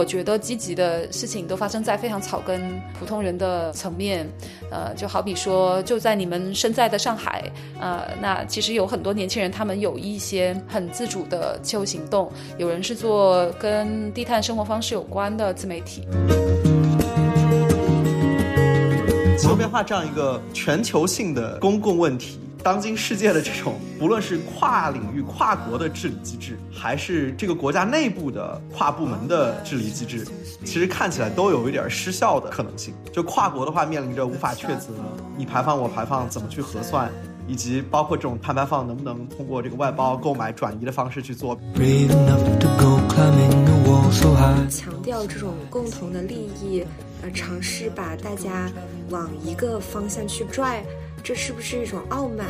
我觉得积极的事情都发生在非常草根普通人的层面，就好比说就在你们身在的上海，那其实有很多年轻人他们有一些很自主的气候行动，有人是做跟低碳生活方式有关的自媒体。 气候变化这样一个全球性的公共问题，当今世界的这种无论是跨领域跨国的治理机制，还是这个国家内部的跨部门的治理机制，其实看起来都有一点失效的可能性。就跨国的话面临着无法确责，你排放我排放怎么去核算，以及包括这种碳排放能不能通过这个外包购买转移的方式去做。 强调这种共同的利益，尝试把大家往一个方向去拽，这是不是一种傲慢？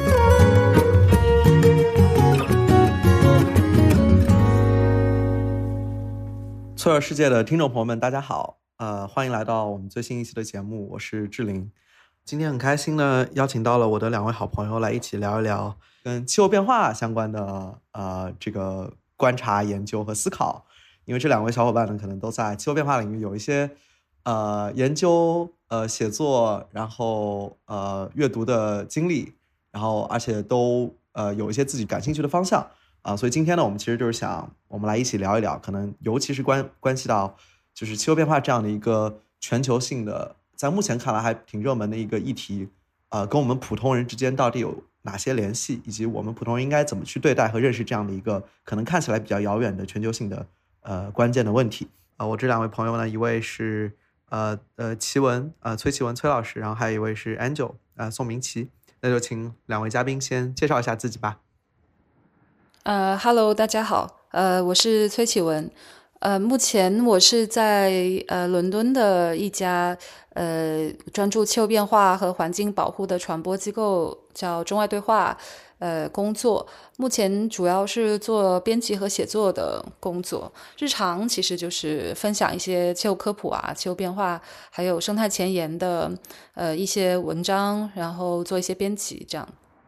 脆弱世界的听众朋友们大家好，欢迎来到我们最新一期的节目，我是志玲。今天很开心呢，邀请到了我的两位好朋友来一起聊一聊跟气候变化相关的这个观察、研究和思考。因为这两位小伙伴呢，可能都在气候变化领域有一些研究、写作，然后阅读的经历，然后而且都有一些自己感兴趣的方向所以今天呢，我们其实就是想我们来一起聊一聊，可能尤其是关系到就是气候变化这样的一个全球性的，在目前看来还挺热门的一个议题，跟我们普通人之间到底有哪些联系，以及我们普通人应该怎么去对待和认识这样的一个可能看起来比较遥远的全球性的关键的问题。我这两位朋友呢，一位是奇文崔奇文崔老师，然后还有一位是 Angel 宋明琪。那就请两位嘉宾先介绍一下自己吧。 Hello， 大家好，我是崔启文，目前我是在伦敦的一家专注气候变化和环境保护的传播机构，叫中外对话，工作。目前主要是做编辑和写作的工作，日常其实就是分享一些气候科普气候变化，还有生态前沿的一些文章，然后做一些编辑这样。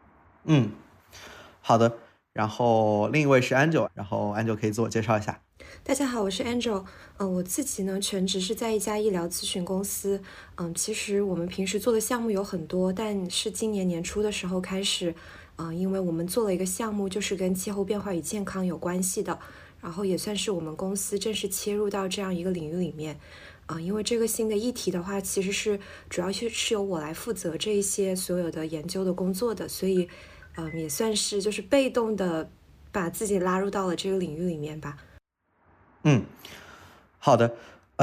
好的。然后另一位是 Angel， 然后 Angel 可以自我介绍一下。 大家好，我是 Angel。我自己呢全职是在一家医疗咨询公司。其实我们平时做的项目有很多，但是今年年初的时候开始，因为我们做了一个项目，就是跟气候变化与健康有关系的，然后也算是我们公司正式切入到这样一个领域里面。因为这个新的议题的话，其实是主要是由我来负责这一些所有的研究的工作的，所以也算是就是被动的把自己拉入到了这个领域里面吧。 好的。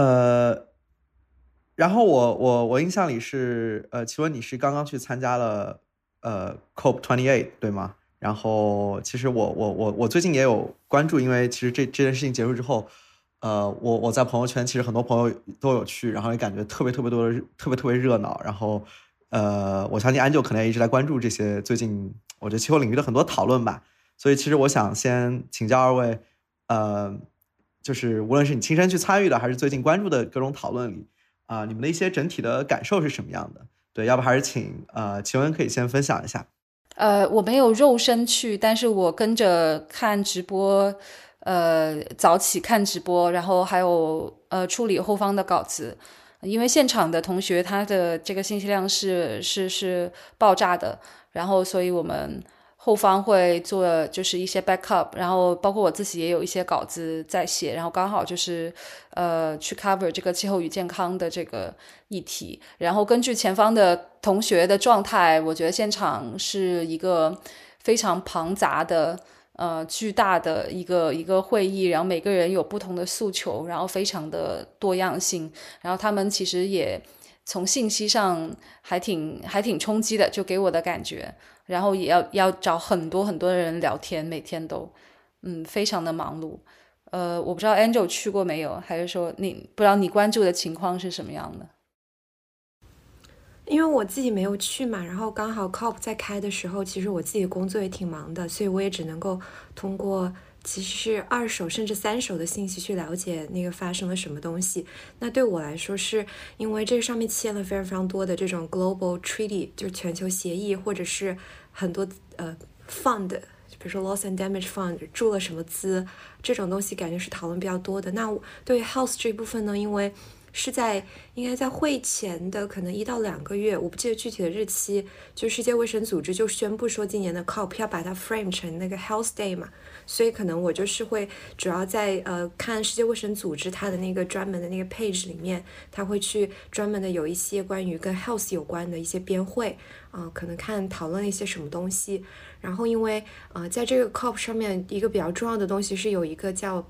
然后我印象里是奇文你是刚刚去参加了COP28 对吗？然后其实我最近也有关注，因为其实这件事情结束之后，我在朋友圈其实很多朋友都有去，然后也感觉特别热闹。然后我相信安就可能也一直在关注这些最近我觉得气候领域的很多讨论吧。所以其实我想先请教二位，就是无论是你亲身去参与的，还是最近关注的各种讨论里你们的一些整体的感受是什么样的？对，要不还是请奇文可以先分享一下。 我没有肉身去，但是我跟着看直播，早起看直播，然后还有处理后方的稿子，因为现场的同学他的这个信息量是爆炸的，然后所以我们后方会做就是一些 backup， 然后包括我自己也有一些稿子在写，然后刚好就是去 cover 这个气候与健康的这个议题，然后根据前方的同学的状态，我觉得现场是一个非常庞杂的巨大的一个会议，然后每个人有不同的诉求，然后非常的多样性，然后他们其实也从信息上还挺冲击的，就给我的感觉，然后也要找很多的人聊天，每天都非常的忙碌。我不知道 Angel 去过没有，还是说你不知道你关注的情况是什么样的？ 因为我自己没有去嘛，然后刚好 COP 在开的时候，其实我自己工作也挺忙的，所以我也只能够通过其实是2手甚至3手的信息去了解那个发生了什么东西。那对我来说，是因为这个上面签了非常多的这种 global treaty， 就是全球协议，或者是很多fund， 比如说 loss and damage fund 注了什么资，这种东西感觉是讨论比较多的。那对于 health 这一部分呢，因为是应该在会前的可能1到2个月，我不记得具体的日期，就世界卫生组织就宣布说今年的 COP 要把它 frame 成那个 Health Day 嘛，所以可能我就是会主要在看世界卫生组织它的那个专门的那个 page 里面，它会去专门的有一些关于跟 health 有关的一些编会可能看讨论一些什么东西。然后因为在这个 COP 上面一个比较重要的东西是有一个叫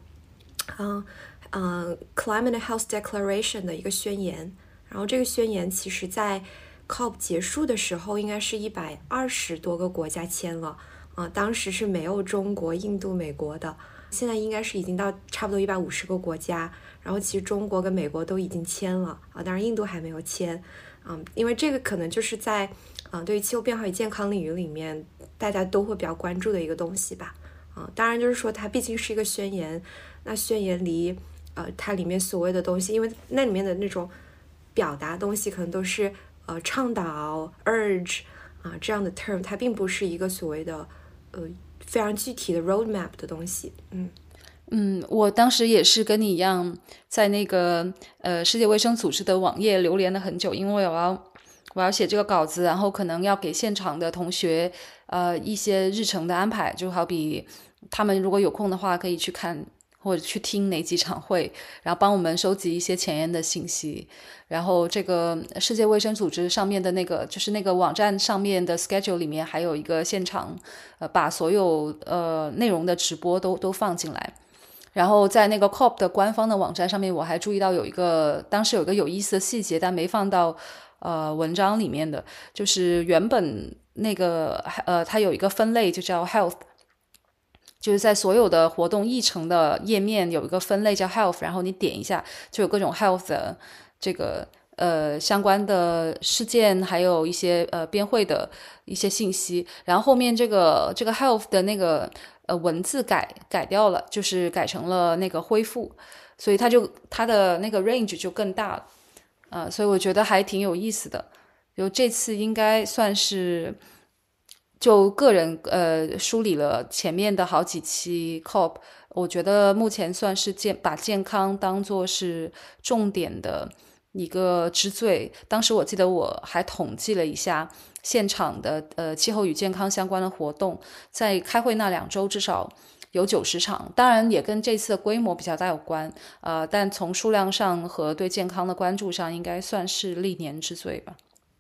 Climate and Health Declaration 的一个宣言，然后这个宣言其实在 COP 结束的时候应该是120多个国家签了当时是没有中国、印度、美国的，现在应该是已经到差不多150个国家，然后其实中国跟美国都已经签了当然印度还没有签因为这个可能就是在对于气候变化与健康领域里面大家都会比较关注的一个东西吧当然就是说它毕竟是一个宣言，那宣言离它里面所谓的东西，因为那里面的那种表达东西可能都是倡导 urge 这样的 term， 它并不是一个所谓的非常具体的 roadmap 的东西。 我当时也是跟你一样，在那个世界卫生组织的网页流连了很久，因为我要写这个稿子，然后可能要给现场的同学一些日程的安排，就好比他们如果有空的话可以去看或者去听哪几场会，然后帮我们收集一些前沿的信息。然后这个世界卫生组织上面的那个就是那个网站上面的 schedule 里面还有一个现场把所有内容的直播都放进来。然后在那个 COP 的官方的网站上面，我还注意到当时有一个有意思的细节，但没放到文章里面的，就是原本那个它有一个分类就叫 health， 就是在所有的活动议程的页面有一个分类叫 health， 然后你点一下就有各种 health 的这个相关的事件，还有一些编会的一些信息。然后后面这个 health 的那个文字改掉了，就是改成了那个恢复，所以它的那个 range 就更大了所以我觉得还挺有意思的。就这次应该算是就个人梳理了前面的好几期 COP， 我觉得目前算是把健康当作是重点的一个之最。当时我记得我还统计了一下现场的气候与健康相关的活动，在开会那2周至少有90场，当然也跟这次的规模比较大有关但从数量上和对健康的关注上应该算是历年之最吧。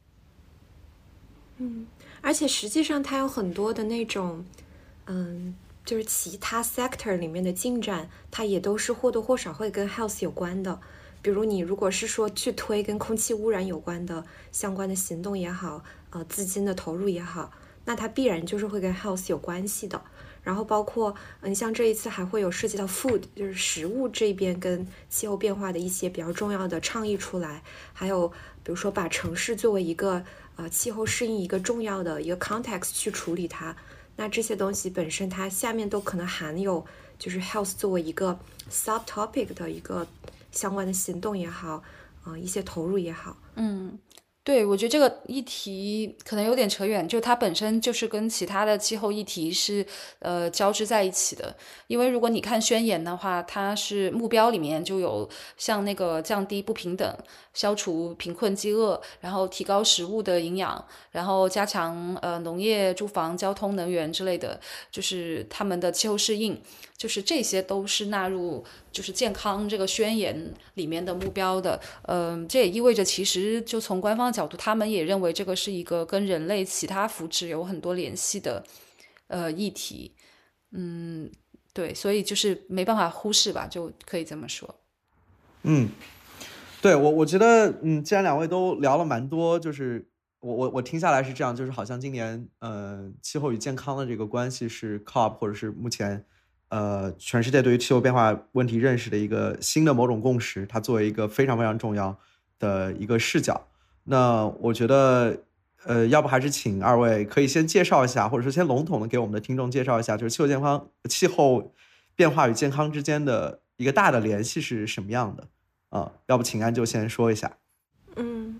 而且实际上它有很多的那种就是其他 sector 里面的进展，它也都是或多或少会跟 health 有关的。比如你如果是说去推跟空气污染有关的相关的行动也好资金的投入也好，那它必然就是会跟 health 有关系的。然后包括你像这一次还会有涉及到 food， 就是食物这边跟气候变化的一些比较重要的倡议出来，还有比如说把城市作为一个气候适应一个重要的一个 context 去处理它，那这些东西本身它下面都可能含有就是 health 作为一个 subtopic 的一个相关的行动也好一些投入也好。 对，我觉得这个议题可能有点扯远，就它本身就是跟其他的气候议题是交织在一起的。因为如果你看宣言的话，它是目标里面就有像那个降低不平等、消除贫困饥饿，然后提高食物的营养，然后加强农业、住房、交通、能源之类的，就是他们的气候适应，就是这些都是纳入就是健康这个宣言里面的目标的。这也意味着其实就从官方角度，他们也认为这个是一个跟人类其他福祉有很多联系的议题。对，所以就是没办法忽视吧，就可以这么说。 对，我觉得既然2位都聊了蛮多，就是我听下来是这样，就是好像今年气候与健康的这个关系是 COP 或者是目前全世界对于气候变化问题认识的一个新的某种共识，它作为一个非常非常重要的一个视角。那我觉得要不还是请2位可以先介绍一下，或者说先笼统的给我们的听众介绍一下，就是气候变化与健康之间的一个大的联系是什么样的要不请安就先说一下。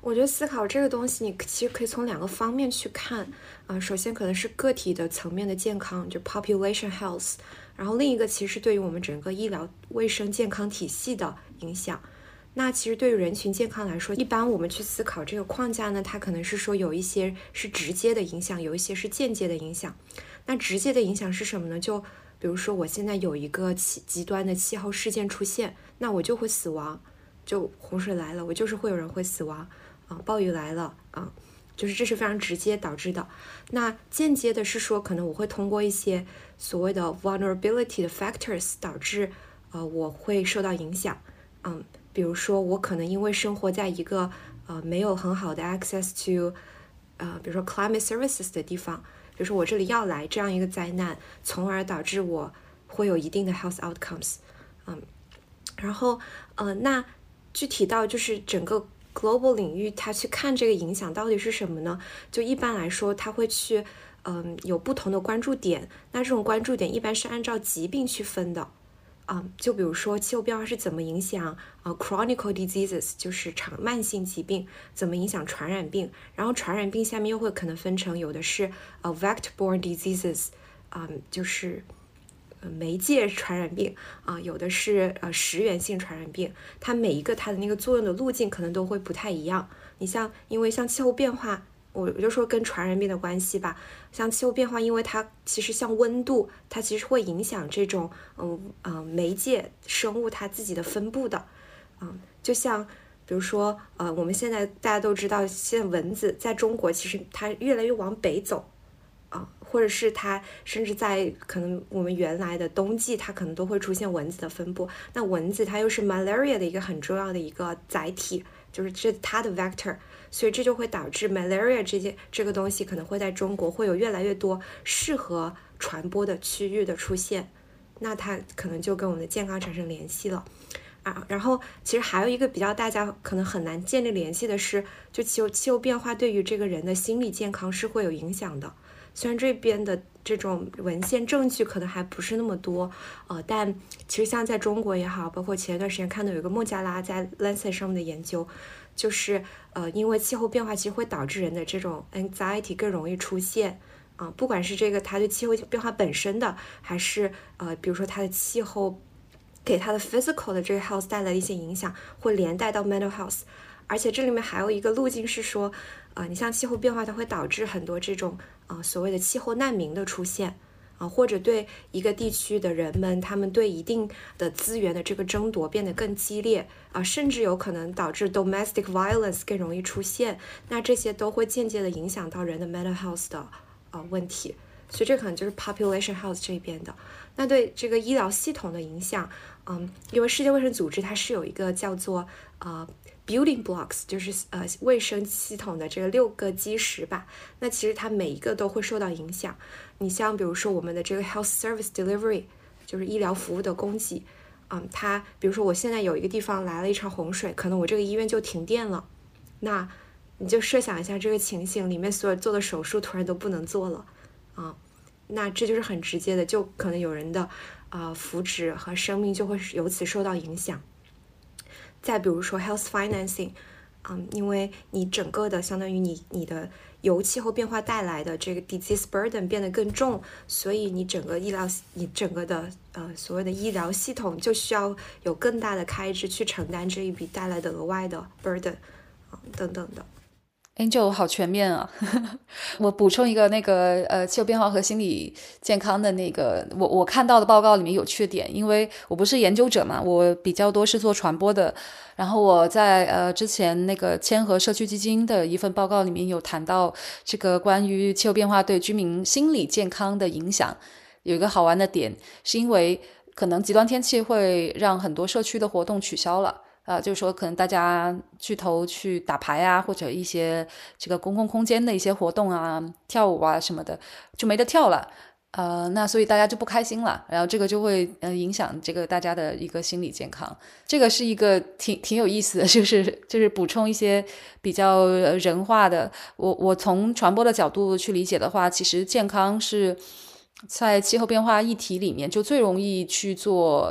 我觉得思考这个东西，你其实可以从2个方面去看。首先可能是个体的层面的健康，就 population health， 然后另一个其实对于我们整个医疗卫生健康体系的影响。那其实对于人群健康来说，一般我们去思考这个框架呢，它可能是说有一些是直接的影响，有一些是间接的影响。那直接的影响是什么呢？就比如说我现在有一个极端的气候事件出现，那我就会死亡。就洪水来了，我就是会有人会死亡暴雨来了就是这是非常直接导致的。那间接的是说，可能我会通过一些所谓的 vulnerability 的 factors 导致我会受到影响。比如说我可能因为生活在一个没有很好的 access to 比如说 climate services 的地方，比如说我这里要来这样一个灾难，从而导致我会有一定的 health outcomes。然后那具体到就是整个 global 领域，它去看这个影响到底是什么呢？就一般来说，它会去有不同的关注点。那这种关注点一般是按照疾病去分的。就比如说气候变化是怎么影响chronic diseases， 就是慢性疾病，怎么影响传染病，然后传染病下面又会可能分成有的是vector-borne diseases， 就是媒介传染病有的是食源性传染病，它每一个它的那个作用的路径可能都会不太一样。你像因为像气候变化，我就说跟传染病的关系吧，像气候变化，因为它其实像温度，它其实会影响这种媒介生物它自己的分布的。就像比如说我们现在大家都知道，现在蚊子在中国其实它越来越往北走或者是它甚至在可能我们原来的冬季，它可能都会出现蚊子的分布。那蚊子它又是 malaria 的一个很重要的一个载体，就是它的 vector， 所以这就会导致 malaria 这个东西可能会在中国会有越来越多适合传播的区域的出现，那它可能就跟我们的健康产生联系了然后其实还有一个比较大家可能很难建立联系的是，就气候变化对于这个人的心理健康是会有影响的。虽然这边的这种文献证据可能还不是那么多但其实像在中国也好，包括前一段时间看到有一个孟加拉在 Lancet 上面的研究，就是因为气候变化其实会导致人的这种 anxiety 更容易出现不管是这个它对气候变化本身的，还是比如说它的气候给它的 physical 的这个 health 带来的一些影响，会连带到 mental health。而且这里面还有一个路径是说你像气候变化它会导致很多这种所谓的气候难民的出现或者对一个地区的人们，他们对一定的资源的这个争夺变得更激烈甚至有可能导致 domestic violence 更容易出现。那这些都会间接的影响到人的 mental health 的问题。所以这可能就是 population health 这边的。那对这个医疗系统的影响因为世界卫生组织它是有一个叫做building blocks， 就是卫生系统的这个6个基石吧。那其实它每一个都会受到影响。你像比如说我们的这个 health service delivery， 就是医疗服务的供给它比如说我现在有一个地方来了一场洪水，可能我这个医院就停电了，那你就设想一下这个情形，里面所有做的手术突然都不能做了那这就是很直接的，就可能有人的福祉和生命就会由此受到影响。再比如说 health financing因为你整个的相当于你的由气候变化带来的这个 disease burden 变得更重，所以你整个的所谓的医疗系统就需要有更大的开支去承担这一笔带来的额外的 burden等等的。 Angel 好全面啊我补充一个那个气候变化和心理健康的那个我看到的报告里面有缺点，因为我不是研究者嘛，我比较多是做传播的。然后我在之前那个千和社区基金的一份报告里面有谈到这个关于气候变化对居民心理健康的影响。有一个好玩的点是因为可能极端天气会让很多社区的活动取消了就是说可能大家去打牌啊，或者一些这个公共空间的一些活动啊，跳舞啊什么的就没得跳了那所以大家就不开心了，然后这个就会影响这个大家的一个心理健康。这个是一个挺有意思的，就是补充一些比较人化的。我从传播的角度去理解的话，其实健康是在气候变化议题里面就最容易去做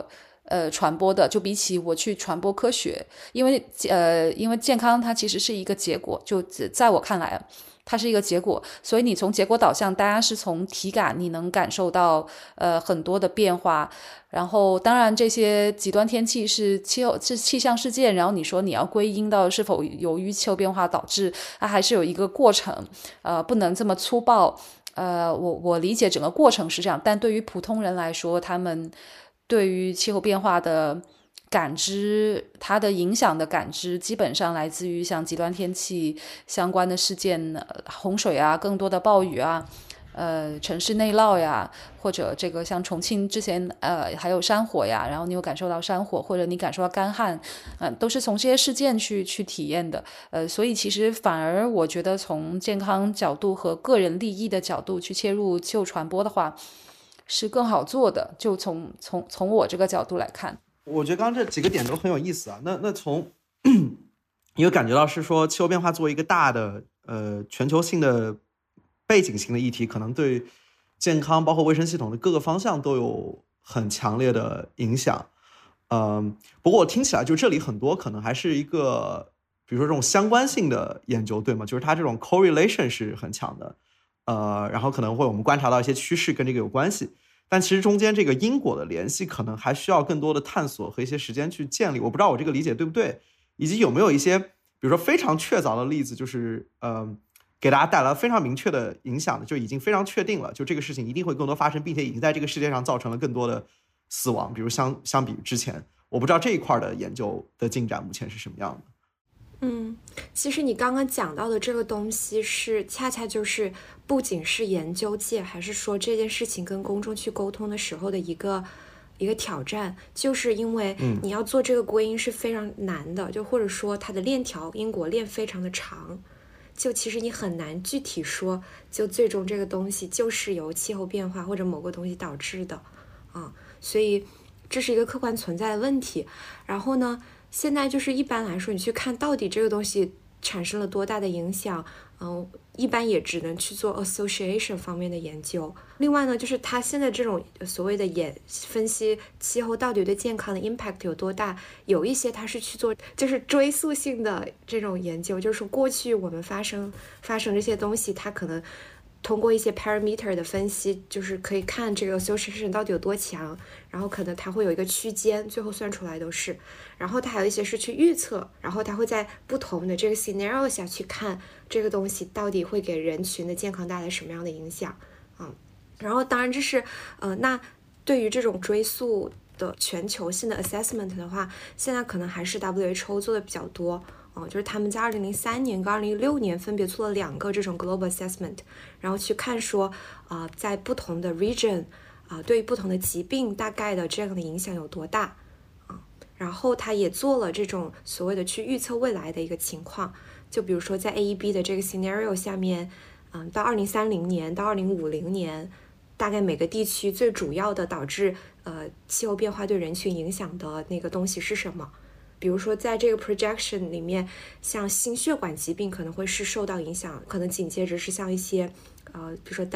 传播的，就比起我去传播科学，因为健康它其实是一个结果，就在我看来它是一个结果，所以你从结果导向，大家是从体感你能感受到很多的变化，然后当然这些极端天气是气象事件，然后你说你要归因到是否由于气候变化导致，它还是有一个过程，不能这么粗暴。我理解整个过程是这样，但对于普通人来说，他们对于气候变化的感知，它的影响的感知基本上来自于像极端天气相关的事件，洪水啊，更多的暴雨啊，城市内涝呀，或者这个像重庆之前还有山火呀，然后你有感受到山火，或者你感受到干旱，都是从这些事件去体验的。所以其实反而我觉得从健康角度和个人利益的角度去切入气候传播的话，是更好做的。就从我这个角度来看， 我觉得刚刚这几个点都很有意思啊。那从你有感觉到是说气候变化作为一个大的全球性的背景性的议题，可能对健康包括卫生系统的各个方向都有很强烈的影响。不过我听起来就这里很多可能还是一个比如说这种相关性的研究，对吗？就是它这种 correlation 是很强的，然后可能会我们观察到一些趋势跟这个有关系，但其实中间这个因果的联系可能还需要更多的探索和一些时间去建立。我不知道我这个理解对不对，以及有没有一些比如说非常确凿的例子，就是给大家带来非常明确的影响的，就已经非常确定了，就这个事情一定会更多发生，并且已经在这个世界上造成了更多的死亡，比如相比于之前。我不知道这一块的研究的进展目前是什么样的。 其实你刚刚讲到的这个东西是恰恰就是不仅是研究界，还是说这件事情跟公众去沟通的时候的一个挑战，就是因为你要做这个归因是非常难的，就或者说它的链条因果链非常的长，就其实你很难具体说就最终这个东西就是由气候变化或者某个东西导致的所以这是一个客观存在的问题。然后呢，现在就是一般来说你去看到底这个东西产生了多大的影响，一般也只能去做 association 方面的研究。另外呢，就是它现在这种所谓的分析气候到底对健康的 impact 有多大，有一些它是去做就是追溯性的这种研究，就是过去我们发生这些东西，它可能通过一些 parameter 的分析，就是可以看这个 association 到底有多强，然后可能它会有一个区间，最后算出来都是。然后它还有一些是去预测，然后它会在不同的这个 scenario 下去看这个东西到底会给人群的健康带来什么样的影响然后当然这是那对于这种追溯的全球性的 assessment 的话，现在可能还是 WHO 做的比较多就是他们在2003年跟2016年分别做了2个这种 global assessment， 然后去看说在不同的 region对于不同的疾病大概的这样的影响有多大然后他也做了这种所谓的去预测未来的一个情况，就比如说在 AEB 的这个 scenario 下面到2030年到2050年，大概每个地区最主要的导致气候变化对人群影响的那个东西是什么。比如说在这个 projection 里面，像心血管疾病可能会是受到影响，可能紧接着是像一些比如说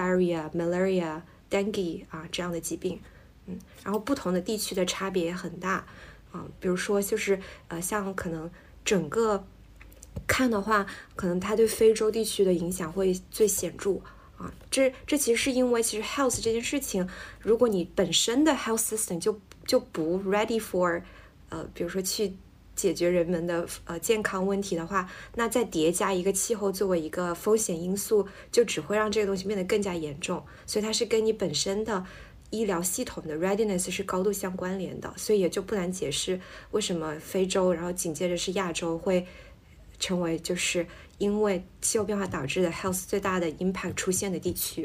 diarrhea、malaria、dengue 这样的疾病然后不同的地区的差别也很大比如说就是像可能整个看的话，可能它对非洲地区的影响会最显著这其实是因为其实 health 这件事情，如果你本身的 health system 就不 ready for 比如说去解决人们的健康问题的话，那再叠加一个气候作为一个风险因素，就只会让这个东西变得更加严重。所以它是跟你本身的医疗系统的 readiness 是高度相关联的，所以也就不难解释为什么非洲然后紧接着是亚洲会成为就是因为气候变化导致的 health 最大的 impact 出现的地区。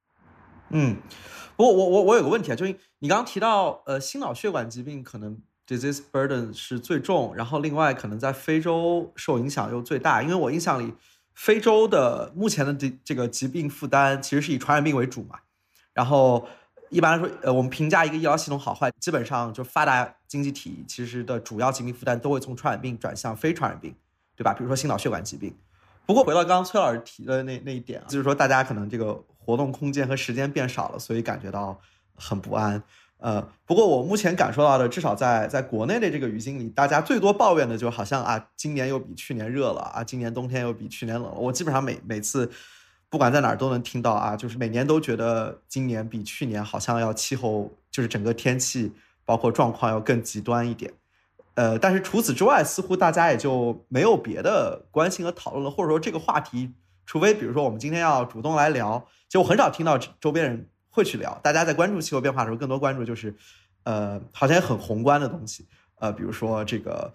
不过我有个问题就是你刚刚提到心脑血管疾病可能 disease burden 是最重，然后另外可能在非洲受影响又最大，因为我印象里非洲的目前的这个疾病负担其实是以传染病为主嘛，然后一般来说我们评价一个医疗系统好坏，基本上就发达经济体其实的主要疾病负担都会从传染病转向非传染病，对吧？比如说心脑血管疾病。不过回到刚刚崔老师提的那一点就是说大家可能这个活动空间和时间变少了，所以感觉到很不安。 不过我目前感受到的，至少在国内的这个语境里，大家最多抱怨的就好像啊，今年又比去年热了啊，今年冬天又比去年冷了。我基本上每次不管在哪儿都能听到啊，就是每年都觉得今年比去年好像要气候，就是整个天气包括状况要更极端一点。但是除此之外，似乎大家也就没有别的关心和讨论了，或者说这个话题，除非比如说我们今天要主动来聊，其实我很少听到周边人会去聊。大家在关注气候变化的时候，更多关注就是好像也很宏观的东西，比如说这个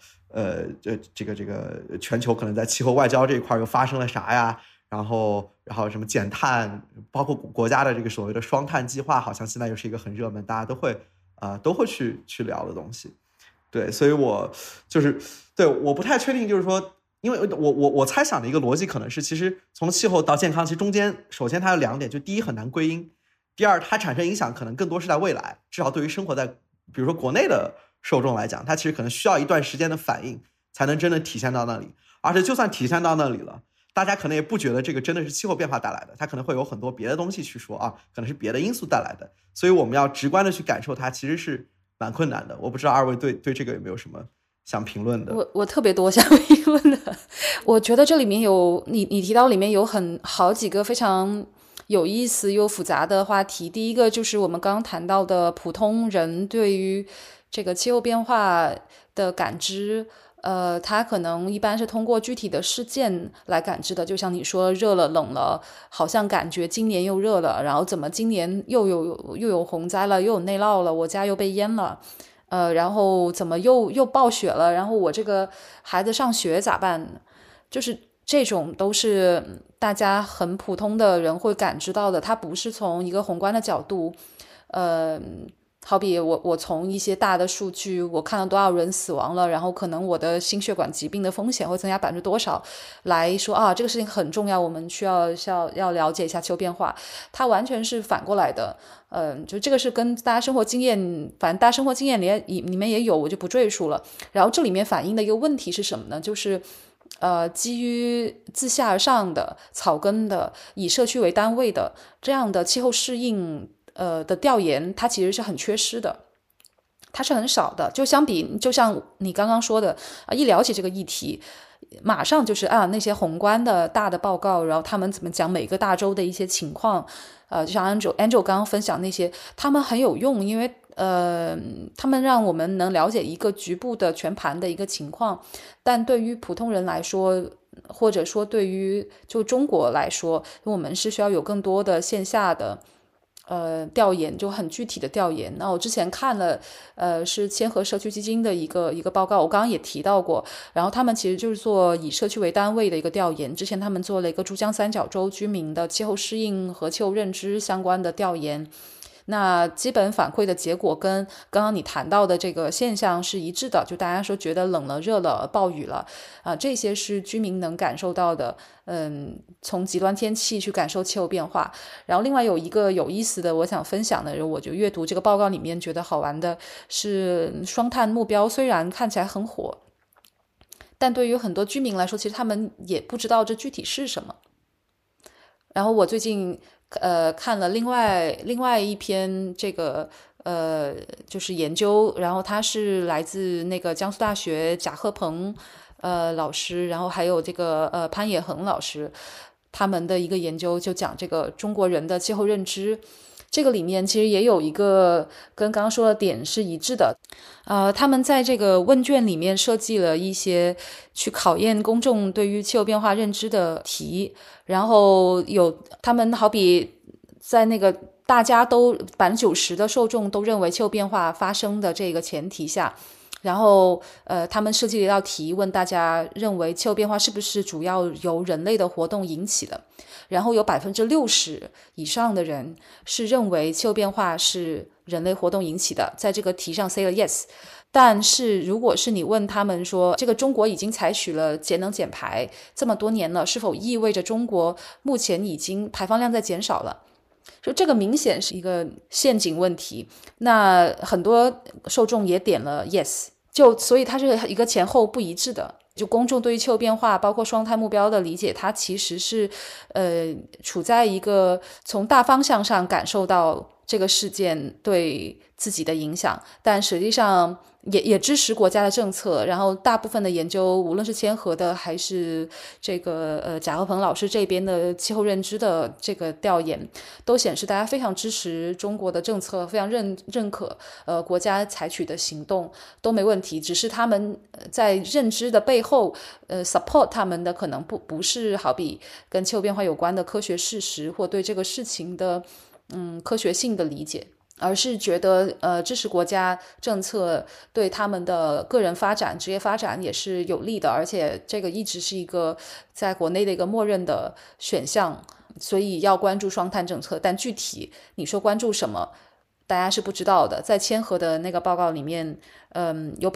全球可能在气候外交这一块又发生了啥呀？然后什么减碳，包括国家的这个所谓的双碳计划，好像现在又是一个很热门，大家都会去聊的东西。对，所以我就是对，我不太确定，就是说，因为我猜想的一个逻辑可能是，其实从气候到健康，其实中间首先它有2点，就第一很难归因，第二它产生影响可能更多是在未来，至少对于生活在比如说国内的受众来讲，它其实可能需要一段时间的反应才能真的体现到那里，而且就算体现到那里了，大家可能也不觉得这个真的是气候变化带来的，它可能会有很多别的东西去说啊，可能是别的因素带来的，所以我们要直观的去感受它，其实是蛮困难的。我不知道二位对这个有没有什么想评论的？ 我特别多想评论的。我觉得这里面有你提到里面有好几个非常有意思又复杂的话题。第一个就是我们刚刚谈到的普通人对于这个气候变化的感知，它可能一般是通过具体的事件来感知的，就像你说热了冷了，好像感觉今年又热了，然后怎么今年又有洪灾了，又有内涝了，我家又被淹了，然后怎么又暴雪了，然后我这个孩子上学咋办？就是这种都是大家很普通的人会感知到的，它不是从一个宏观的角度，好比我从一些大的数据，我看了多少人死亡了，然后可能我的心血管疾病的风险会增加多少，来说啊，这个事情很重要，我们需要了解一下气候变化。它完全是反过来的，就这个是跟大家生活经验，反正大家生活经验里面也有，我就不赘述了。然后这里面反映的一个问题是什么呢？就是基于自下而上的草根的以社区为单位的这样的气候适应的调研，它其实是很缺失的，它是很少的。就像你刚刚说的一聊起这个议题，马上就是那些宏观的大的报告，然后他们怎么讲每个大洲的一些情况，就像 Angel 刚刚分享那些，他们很有用，因为他们让我们能了解一个局部的全盘的一个情况，但对于普通人来说，或者说对于就中国来说，我们是需要有更多的线下的调研，就很具体的调研。那我之前看了是千和社区基金的一个报告，我刚刚也提到过，然后他们其实就是做以社区为单位的一个调研，之前他们做了一个珠江三角洲居民的气候适应和气候认知相关的调研，那基本反馈的结果跟刚刚你谈到的这个现象是一致的，就大家说觉得冷了热了暴雨了这些是居民能感受到的，从极端天气去感受气候变化。然后另外有一个有意思的我想分享的，我就阅读这个报告里面觉得好玩的是双碳目标虽然看起来很火，但对于很多居民来说，其实他们也不知道这具体是什么。然后我最近看了另外一篇这个就是研究，然后他是来自那个江苏大学贾鹤鹏老师，然后还有这个潘野恒老师，他们的一个研究就讲这个中国人的气候认知。这个里面其实也有一个跟刚刚说的点是一致的，他们在这个问卷里面设计了一些去考验公众对于气候变化认知的题，然后他们好比在那个大家都90%的受众都认为气候变化发生的这个前提下，然后他们设计了一道题，问大家认为气候变化是不是主要由人类的活动引起的，然后有60%以上的人是认为气候变化是人类活动引起的，在这个题上 say 了 yes。 但是如果是你问他们说这个中国已经采取了节能减排这么多年了，是否意味着中国目前已经排放量在减少了，就这个明显是一个陷阱问题。那很多受众也点了 yes， 所以它是一个前后不一致的。就公众对于气候变化包括双碳目标的理解，它其实是处在一个从大方向上感受到这个事件对自己的影响，但实际上也支持国家的政策。然后大部分的研究，无论是千和的还是这个贾和鹏老师这边的气候认知的这个调研，都显示大家非常支持中国的政策，非常认可国家采取的行动都没问题，只是他们在认知的背后support 他们的可能不是好比跟气候变化有关的科学事实或对这个事情的科学性的理解，而是觉得支持国家政策对他们的个人发展、职业发展也是有利的，而且这个一直是一个在国内的一个默认的选项，所以要关注双碳政策。但具体你说关注什么，大家是不知道的。在千和的那个报告里面，有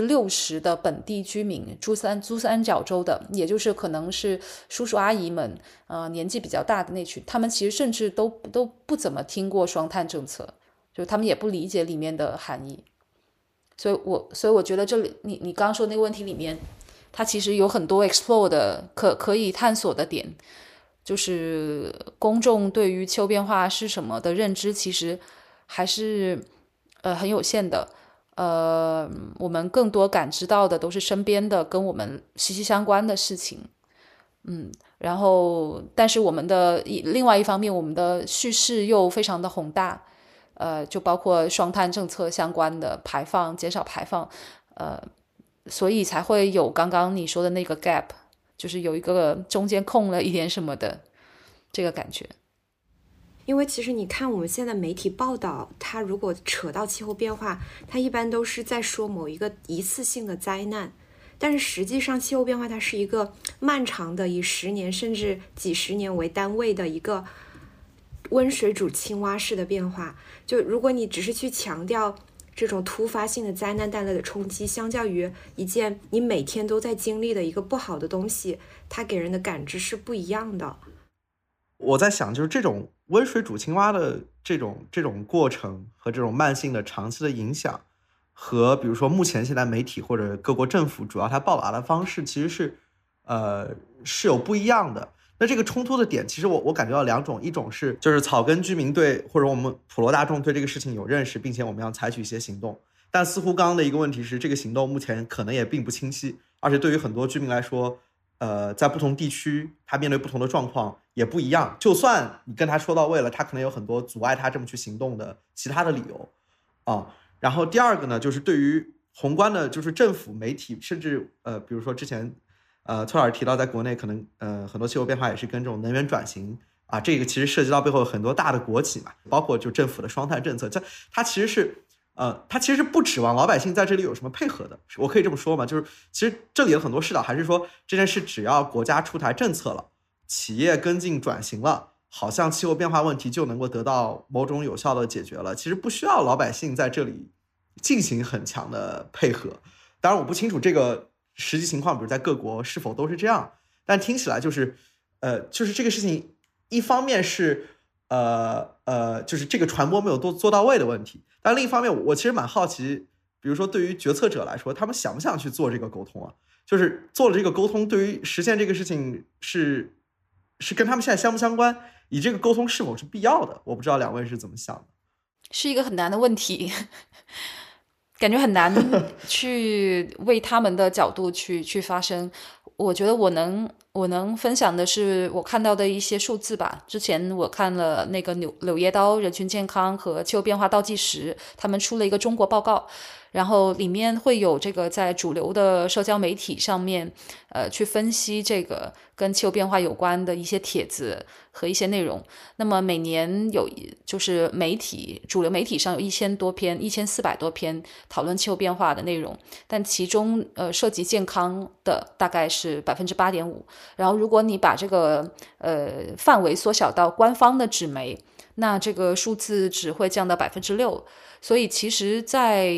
60%的本地居民，珠三角州的，也就是可能是叔叔阿姨们，年纪比较大的那群，他们其实甚至都不怎么听过双碳政策，就他们也不理解里面的含义。所以我觉得这里你刚刚说那个问题里面，它其实有很多 explore 的可以探索的点，就是公众对于气候变化是什么的认知，其实还是很有限的。我们更多感知到的都是身边的跟我们息息相关的事情。然后但是我们的另外一方面，我们的叙事又非常的宏大，就包括双碳政策相关的排放、减少排放，所以才会有刚刚你说的那个 gap， 就是有一个中间空了一点什么的这个感觉。 因为其实你看我们现在媒体报道，它如果扯到气候变化，它一般都是在说某一个一次性的灾难，但是实际上气候变化它是一个漫长的以10年甚至几十年为单位的一个温水煮青蛙式的变化。就如果你只是去强调这种突发性的灾难带来的冲击，相较于一件你每天都在经历的一个不好的东西，它给人的感知是不一样的。 我在想，就是这种温水煮青蛙的这种过程和这种慢性的长期的影响，和比如说目前现在媒体或者各国政府主要它报道的方式其实是有不一样的。那这个冲突的点，其实我感觉到两种，一种是就是草根居民对或者我们普罗大众对这个事情有认识，并且我们要采取一些行动，但似乎刚刚的一个问题是，这个行动目前可能也并不清晰，而且对于很多居民来说，在不同地区他面对不同的状况也不一样，就算你跟他说到位了，他可能有很多阻碍他这么去行动的其他的理由啊。然后第二个呢，就是对于宏观的，就是政府、媒体，甚至比如说之前崔老师提到，在国内可能很多气候变化也是跟这种能源转型啊，这个其实涉及到背后有很多大的国企嘛，包括就政府的双碳政策，它其实是不指望老百姓在这里有什么配合的，我可以这么说吗？就是其实这里的很多视角还是说，这件事只要国家出台政策了，企业跟进转型了，好像气候变化问题就能够得到某种有效的解决了，其实不需要老百姓在这里进行很强的配合。当然我不清楚这个实际情况，比如在各国是否都是这样，但听起来就是这个事情一方面是就是这个传播没有做到位的问题，但另一方面我其实蛮好奇，比如说对于决策者来说，他们想不想去做这个沟通啊？就是做了这个沟通，对于实现这个事情是跟他们现在相不相关，以这个沟通是否是必要的？我不知道两位是怎么想的。 是一个很难的问题，感觉很难去为他们的角度去发声。我觉得我能分享的是我看到的一些数字吧。之前我看了那个柳叶刀人群健康和气候变化倒计时，他们出了一个中国报告，然后里面会有这个在主流的社交媒体上面去分析这个跟气候变化有关的一些帖子和一些内容。那么每年有就是主流媒体上有1400多篇讨论气候变化的内容，但其中涉及健康的大概是8.5%。然后如果你把这个范围缩小到官方的纸媒，那这个数字只会降到6%。所以其实在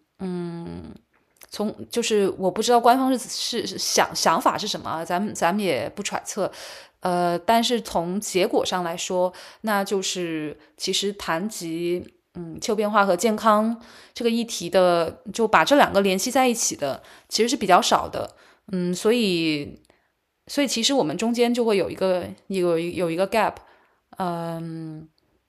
就是我不知道官方是想法是什么，咱们也不揣测。但是从结果上来说，那就是其实谈及气候变化和健康这个议题的，就把这两个联系在一起的，其实是比较少的。所以其实我们中间就会有一个 gap。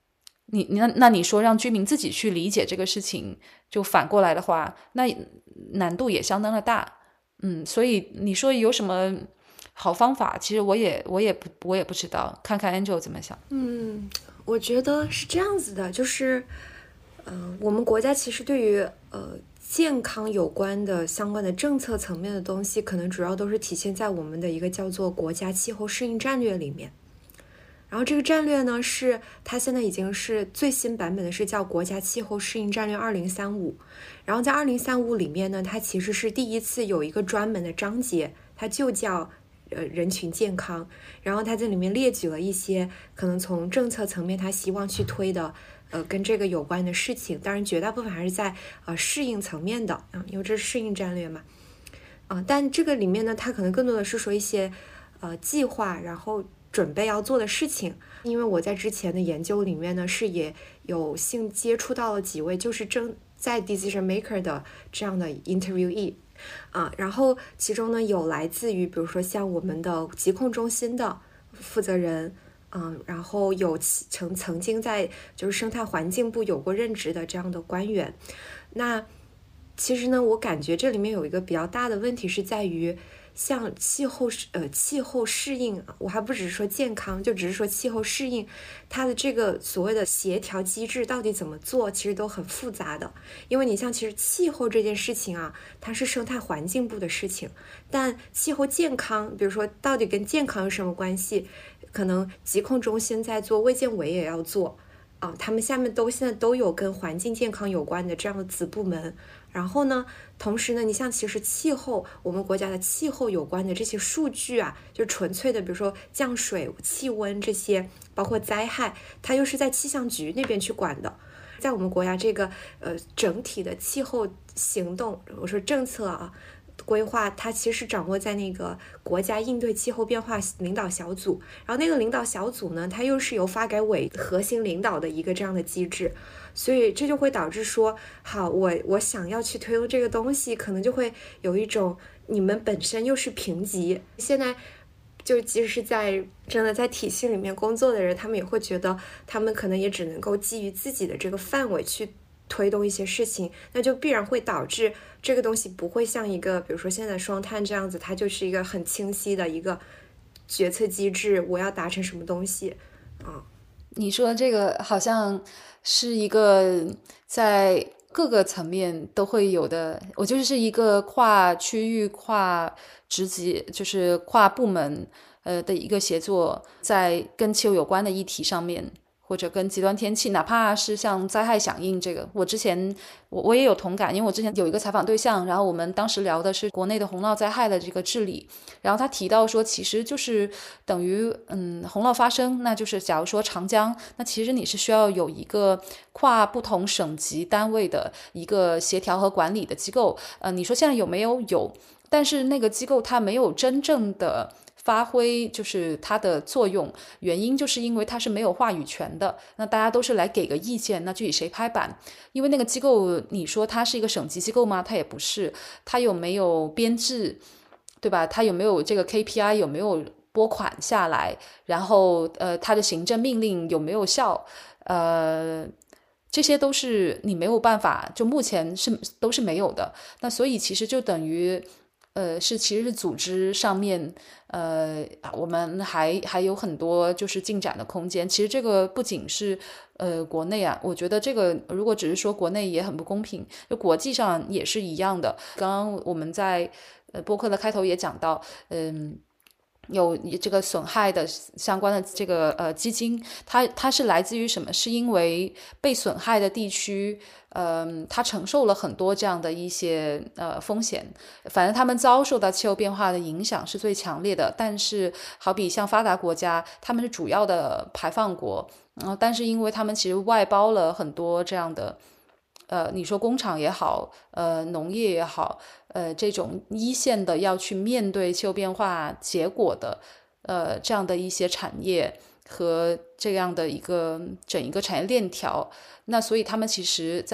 那你说让居民自己去理解这个事情，就反过来的话，那难度也相当的大。所以你说有什么好方法，其实我也不知道，看看 Angel 怎么想。 我觉得是这样子的，就是我们国家其实对于健康有关的相关的政策层面的东西，可能主要都是体现在我们的一个叫做国家气候适应战略里面。然后这个战略呢，是它现在已经是最新版本的，是叫国家气候适应战略2035。然后在2035里面呢，它其实是第一次有一个专门的章节，它就叫人群健康。然后它在里面列举了一些可能从政策层面它希望去推的跟这个有关的事情。当然绝大部分还是在适应层面的因为这是适应战略嘛。但这个里面呢，它可能更多的是说一些计划，然后准备要做的事情。因为我在之前的研究里面呢，是也有幸接触到了几位就是正在 decision maker 的这样的 interviewee。然后其中呢有来自于比如说像我们的疾控中心的负责人，然后有曾经在就是生态环境部有过任职的这样的官员。那其实呢，我感觉这里面有一个比较大的问题是在于，像气候适应，我还不只是说健康，就只是说气候适应，它的这个所谓的协调机制到底怎么做，其实都很复杂的。因为你像其实气候这件事情它是生态环境部的事情，但气候健康，比如说到底跟健康有什么关系，可能疾控中心在做，卫健委也要做。他们下面现在都有跟环境健康有关的这样的子部门。然后呢，同时呢，你像其实气候，我们国家的气候有关的这些数据就纯粹的，比如说降水、气温这些，包括灾害，它又是在气象局那边去管的。在我们国家这个整体的气候行动，我说政策规划，它其实掌握在那个国家应对气候变化领导小组。然后那个领导小组呢，它又是由发改委核心领导的一个这样的机制。所以这就会导致说，好，我想要去推动这个东西，可能就会有一种你们本身又是评级，现在就即使是真的在体系里面工作的人，他们也会觉得他们可能也只能够基于自己的这个范围去推动一些事情，那就必然会导致这个东西不会像一个比如说现在双碳这样子，它就是一个很清晰的一个决策机制，我要达成什么东西你说这个好像是一个在各个层面都会有的，我就是一个跨区域、跨职级，就是跨部门的一个协作，在跟气候有关的议题上面，或者跟极端天气，哪怕是像灾害响应这个，我之前我也有同感，因为我之前有一个采访对象，然后我们当时聊的是国内的洪涝灾害的这个治理，然后他提到说，其实就是等于洪涝发生，那就是假如说长江，那其实你是需要有一个跨不同省级单位的一个协调和管理的机构，你说现在有没有？有，但是那个机构它没有真正的发挥就是它的作用，原因就是因为它是没有话语权的，那大家都是来给个意见，那具体谁拍板？因为那个机构你说它是一个省级机构吗？它也不是，它有没有编制，对吧？它有没有这个 KPI， 有没有拨款下来，然后它的行政命令有没有效，这些都是你没有办法，就目前都是没有的。那所以其实就等于其实是组织上面我们还有很多就是进展的空间。其实这个不仅是国内我觉得这个如果只是说国内也很不公平，就国际上也是一样的。刚刚我们在播客的开头也讲到有这个损害的相关的这个基金，它是来自于什么？是因为被损害的地区它承受了很多这样的一些风险，反正他们遭受到气候变化的影响是最强烈的。但是好比像发达国家，他们是主要的排放国，但是因为他们其实外包了很多这样的你说工厂也好，农业也好，这种一线的要去面对气候变化结果的这样的一些产业和这样的整一个产业链条，那所以他们其实在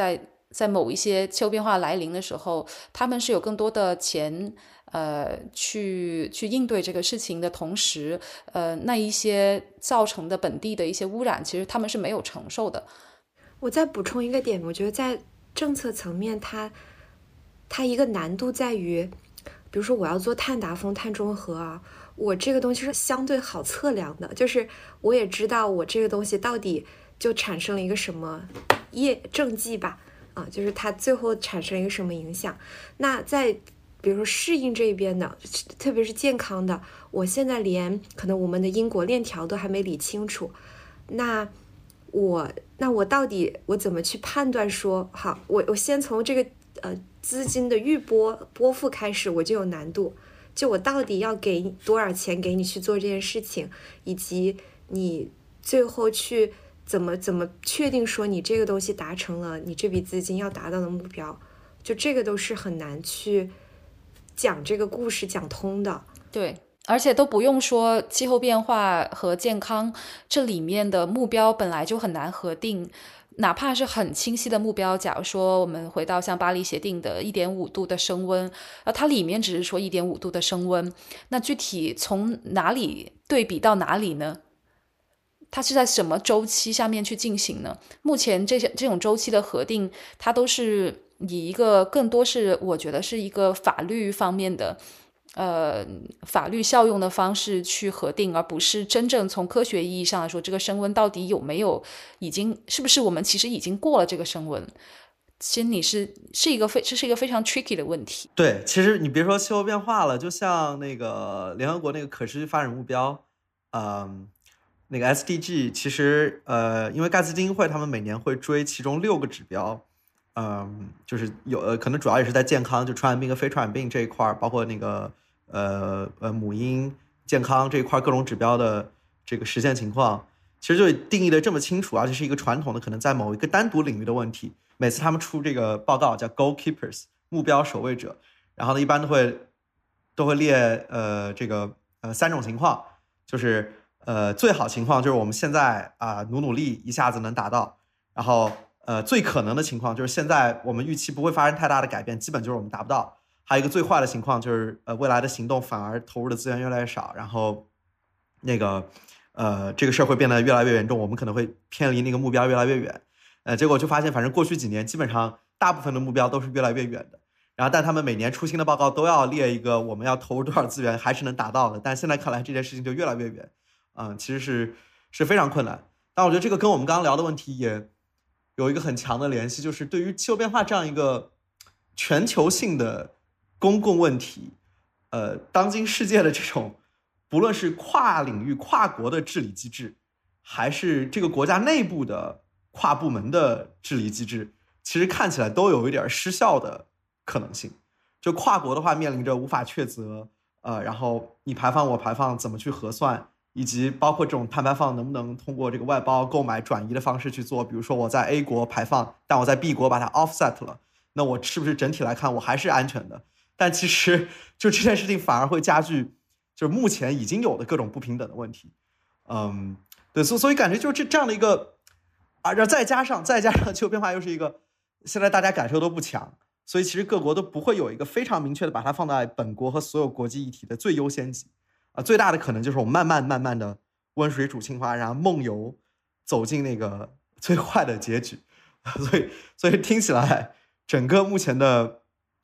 在某一些气候变化来临的时候，他们是有更多的钱去应对这个事情的同时，那一些造成的本地的一些污染，其实他们是没有承受的。 我再补充一个点，我觉得在政策层面它一个难度在于，比如说我要做碳达峰、碳中和啊，我这个东西是相对好测量的，就是我也知道我这个东西到底就产生了一个什么政绩吧，就是它最后产生了一个什么影响。那在比如说适应这边的，特别是健康的，我现在连可能我们的因果链条都还没理清楚，那我到底我怎么去判断说，好，我先从这个资金的拨付开始，我就有难度，就我到底要给多少钱给你去做这件事情，以及你最后去怎么确定说你这个东西达成了你这笔资金要达到的目标，就这个都是很难去讲这个故事讲通的。 对，而且都不用说气候变化和健康，这里面的目标本来就很难核定，哪怕是很清晰的目标，假如说我们回到像巴黎协定的 1.5 度的升温，它里面只是说 1.5 度的升温，那具体从哪里对比到哪里呢？它是在什么周期下面去进行呢？目前这种周期的核定，它都是以一个更多是我觉得是一个法律方面的法律效用的方式去核定，而不是真正从科学意义上来说，这个升温到底有没有是不是我们其实已经过了这个升温。其实这是一个非常 tricky 的问题。 对，其实你别说气候变化了，就像那个联合国那个可持续发展目标，那个 SDG， 其实因为盖茨基金会他们每年会追其中6个指标，就是可能主要也是在健康，就传染病和非传染病这一块，包括那个母婴健康这一块各种指标的这个实现情况，其实就定义的这么清楚，而且是一个传统的可能在某一个单独领域的问题。每次他们出这个报告叫 Goal Keepers 目标守卫者，然后呢一般都会列这个3种情况，就是最好情况就是我们现在努力一下子能达到，然后最可能的情况就是现在我们预期不会发生太大的改变，基本就是我们达不到。还有一个最坏的情况就是未来的行动反而投入的资源越来越少，然后那个这个事儿会变得越来越严重，我们可能会偏离那个目标越来越远。结果就发现反正过去几年基本上大部分的目标都是越来越远的，然后但他们每年出新的报告都要列一个我们要投入多少资源还是能达到的，但现在看来这件事情就越来越远，其实是非常困难。但我觉得这个跟我们刚刚聊的问题也有一个很强的联系，就是对于气候变化这样一个全球性的公共问题，当今世界的这种不论是跨领域跨国的治理机制，还是这个国家内部的跨部门的治理机制，其实看起来都有一点失效的可能性。就跨国的话面临着无法确责，然后你排放我排放怎么去核算，以及包括这种碳排放能不能通过这个外包购买转移的方式去做，比如说我在 A 国排放，但我在 B 国把它 offset 了，那我是不是整体来看我还是安全的？但其实就这件事情反而会加剧就是目前已经有的各种不平等的问题。对，所以感觉就是这样的一个再加上气候变化又是一个现在大家感受都不强，所以其实各国都不会有一个非常明确的把它放在本国和所有国际议题的最优先级。最大的可能就是我们慢慢的温水煮青蛙，然后梦游走进那个最坏的结局。所以听起来整个目前的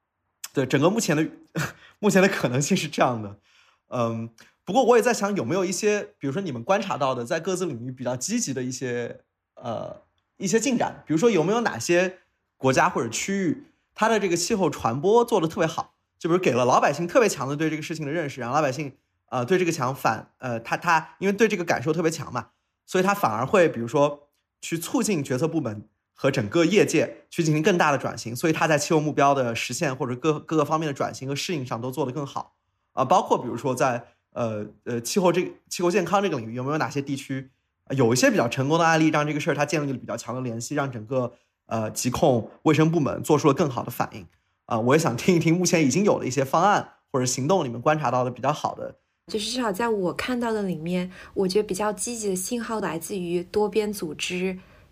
可能性是这样的。不过我也在想有没有一些比如说你们观察到的在各自领域比较积极的一些进展，比如说有没有哪些国家或者区域它的这个气候传播做得特别好，就比如给了老百姓特别强的对这个事情的认识，然后老百姓对这个强他因为对这个感受特别强嘛，所以他反而会比如说去促进决策部门和整个业界去进行更大的转型，所以他在气候目标的实现或者各个方面的转型和适应上都做得更好。包括比如说在气候健康这个领域，有没有哪些地区有一些比较成功的案例，让这个事儿它建立了比较强的联系，让整个疾控卫生部门做出了更好的反应。我也想听一听目前已经有的一些方案或者行动，你们观察到的比较好的。 就是至少在我看到的里面，我觉得比较积极的信号来自于多边组织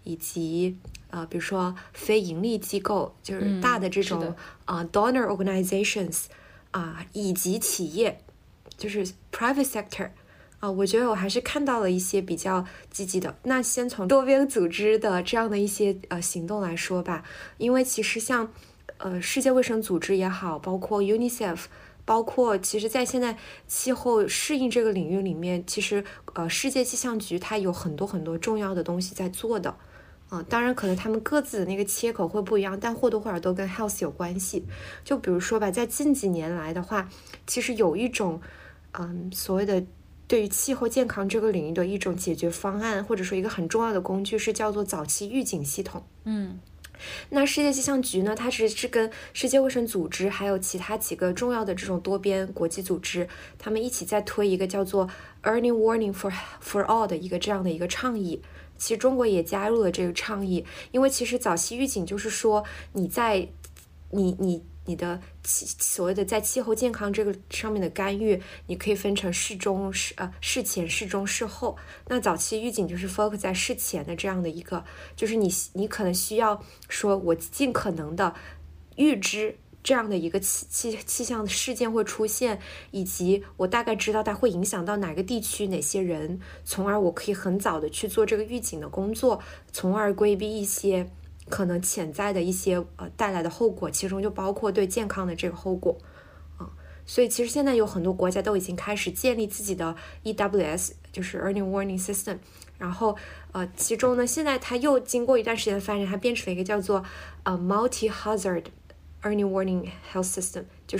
以及比如说非盈利机构，就是大的这种donor organizations 以及企业，就是 private sector。我觉得我还是看到了一些比较积极的。那先从多边组织的这样的一些行动来说吧，因为其实像世界卫生组织也好，包括 UNICEF， 包括其实在现在气候适应这个领域里面，其实世界气象局它有很多很多重要的东西在做的。当然可能他们各自的那个切口会不一样，但或多或少都跟 health 有关系。就比如说吧，在近几年来的话，其实有一种所谓的对于气候健康这个领域的一种解决方案，或者说一个很重要的工具，是叫做早期预警系统。那世界气象局呢，它只是跟世界卫生组织还有其他几个重要的这种多边国际组织，他们一起在推一个叫做 Early Warning for All 的一个这样的一个倡议。其实中国也加入了这个倡议，因为其实早期预警就是说你在你的所谓的在气候健康这个上面的干预，你可以分成事前、事中、事后。那早期预警就是 focus 在事前的这样的一个，就是你可能需要说我尽可能的预知这样的一个气象事件会出现，以及我大概知道它会影响到哪个地区哪些人，从而我可以很早的去做这个预警的工作，从而规避一些可能潜在的一些带来的后果，其中就包括对健康的这个后果所以其实现在有很多国家都已经开始建立自己的 EWS， 就是 Early Warning System。然后其中呢，现在它又经过一段时间的发展，它变成了一个叫做Multi-Hazard Early Warning Health System， 就是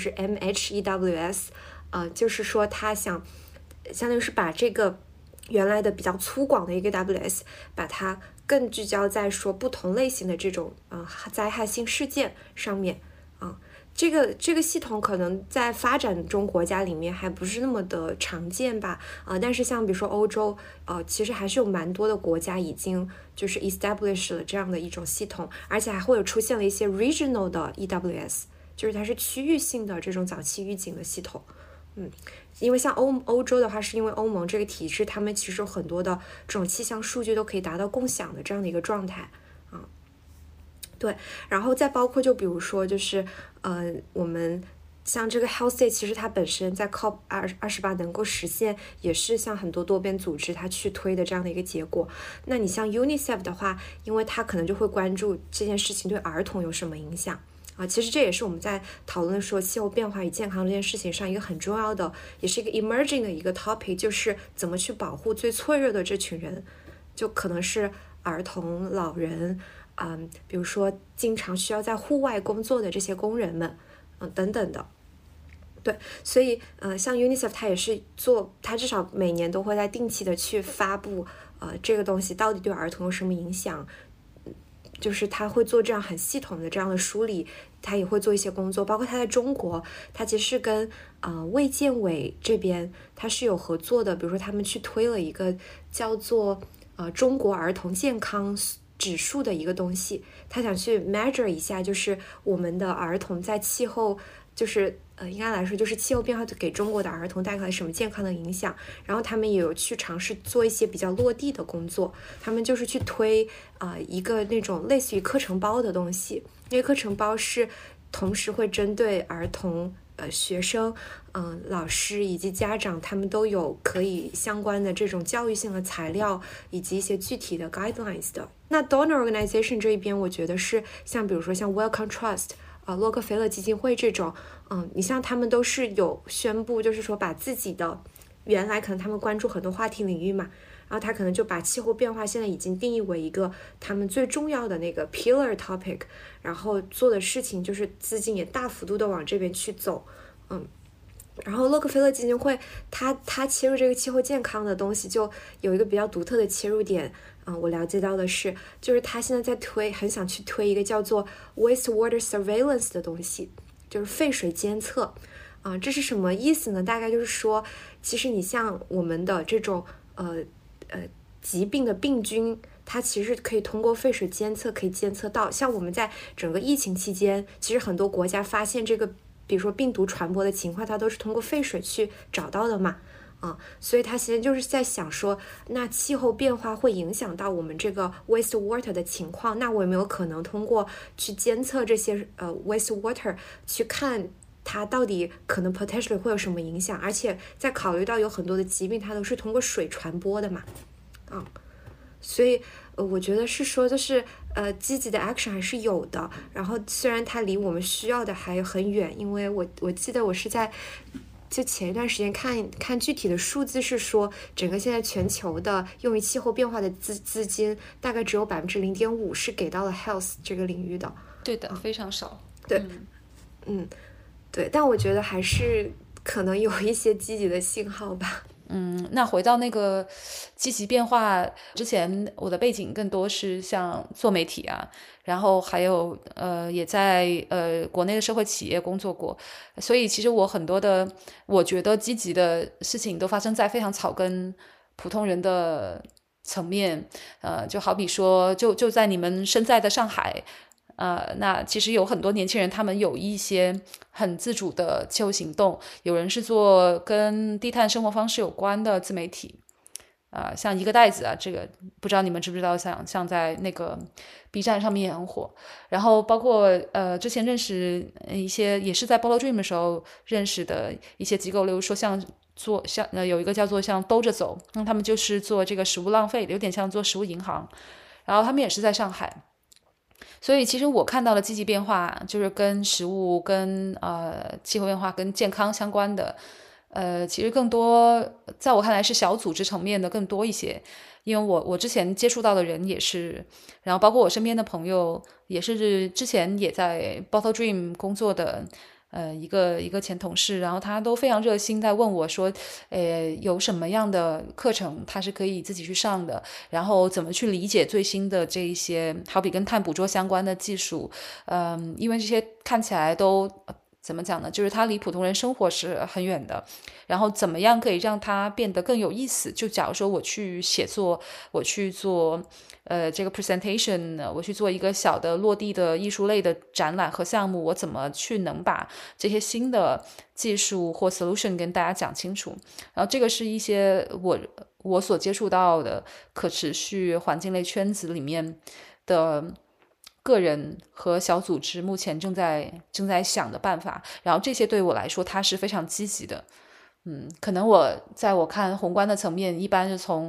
MHEWS。就是说它相当于是把这个原来的比较粗犷的一个 WS， 把它更聚焦在说不同类型的这种灾害性事件上面这个系统可能在发展中国家里面还不是那么的常见吧但是像比如说欧洲其实还是有蛮多的国家已经就是 establish 了这样的一种系统，而且还会有出现了一些 regional 的 EWS， 就是它是区域性的这种早期预警的系统。因为像欧洲的话，是因为欧盟这个体制，他们其实有很多的这种气象数据都可以达到共享的这样的一个状态对，然后再包括就比如说就是我们像这个 Health Day， 其实它本身在 COP28 能够实现，也是像很多多边组织它去推的这样的一个结果。那你像 UNICEF 的话，因为它可能就会关注这件事情对儿童有什么影响其实这也是我们在讨论说气候变化与健康这件事情上一个很重要的，也是一个 emerging 的一个 topic， 就是怎么去保护最脆弱的这群人，就可能是儿童、老人比如说经常需要在户外工作的这些工人们等等的。对，所以像 UNICEF 它也是它至少每年都会在定期的去发布这个东西到底对儿童有什么影响，就是他会做这样很系统的这样的梳理，他也会做一些工作，包括他在中国，他其实是跟卫健委这边他是有合作的，比如说他们去推了一个叫做中国儿童健康指数的一个东西，他想去 measure 一下，就是我们的儿童在气候就是应该来说就是气候变化给中国的儿童带来什么健康的影响，然后他们也有去尝试做一些比较落地的工作，他们就是去推一个那种类似于课程包的东西，因为课程包是同时会针对儿童学生老师以及家长，他们都有可以相关的这种教育性的材料以及一些具体的 guidelines 的。那 donor organization 这一边我觉得是像比如说像 Wellcome Trust洛克菲勒基金会这种你像他们都是有宣布，就是说把自己的原来可能他们关注很多话题领域嘛，然后他可能就把气候变化现在已经定义为一个他们最重要的那个 pillar topic， 然后做的事情就是资金也大幅度的往这边去走然后洛克菲勒基金会它切入这个气候健康的东西就有一个比较独特的切入点我了解到的是，就是他现在在很想去推一个叫做 wastewater surveillance 的东西，就是废水监测这是什么意思呢？大概就是说，其实你像我们的这种疾病的病菌，它其实可以通过废水监测可以监测到，像我们在整个疫情期间，其实很多国家发现这个比如说病毒传播的情况，它都是通过废水去找到的嘛所以他现在就是在想说，那气候变化会影响到我们这个 wastewater 的情况，那我有没有可能通过去监测这些wastewater 去看它到底可能 potentially 会有什么影响，而且在考虑到有很多的疾病它都是通过水传播的嘛，所以我觉得是说就是积极的 action 还是有的，然后虽然它离我们需要的还很远，因为我记得我是在就前一段时间看具体的数字是说，整个现在全球的用于气候变化的资金大概只有0.5%是给到了 health 这个领域的。 对的，非常少。 对，对，但我觉得还是可能有一些积极的信号吧。 那回到那个积极变化之前，我的背景更多是像做媒体啊，然后还有也在国内的社会企业工作过，所以其实我很多的我觉得积极的事情都发生在非常草根普通人的层面，就好比说就在你们身在的上海。那其实有很多年轻人，他们有一些很自主的气候行动，有人是做跟低碳生活方式有关的自媒体，像一个袋子啊，这个不知道你们知不知道，像在那个 B 站上面也很火。然后包括之前认识一些也是在 Bottle Dream 的时候认识的一些机构，例如说像有一个叫做像兜着走，他们就是做这个食物浪费，有点像做食物银行，然后他们也是在上海。所以其实我看到的积极变化就是跟食物、跟气候变化、跟健康相关的，其实更多在我看来是小组织层面的更多一些，因为我之前接触到的人也是，然后包括我身边的朋友也是之前也在 Bottle Dream 工作的。一个前同事，然后他都非常热心在问我说，有什么样的课程他是可以自己去上的，然后怎么去理解最新的这一些，好比跟碳捕捉相关的技术，因为这些看起来都怎么讲呢？就是它离普通人生活是很远的，然后怎么样可以让它变得更有意思？就假如说我去写作，我去做这个 presentation， 我去做一个小的落地的艺术类的展览和项目，我怎么去能把这些新的技术或 solution 跟大家讲清楚？然后这个是一些我所接触到的可持续环境类圈子里面的个人和小组织目前正在想的办法，然后这些对我来说它是非常积极的。可能在我看宏观的层面，一般是从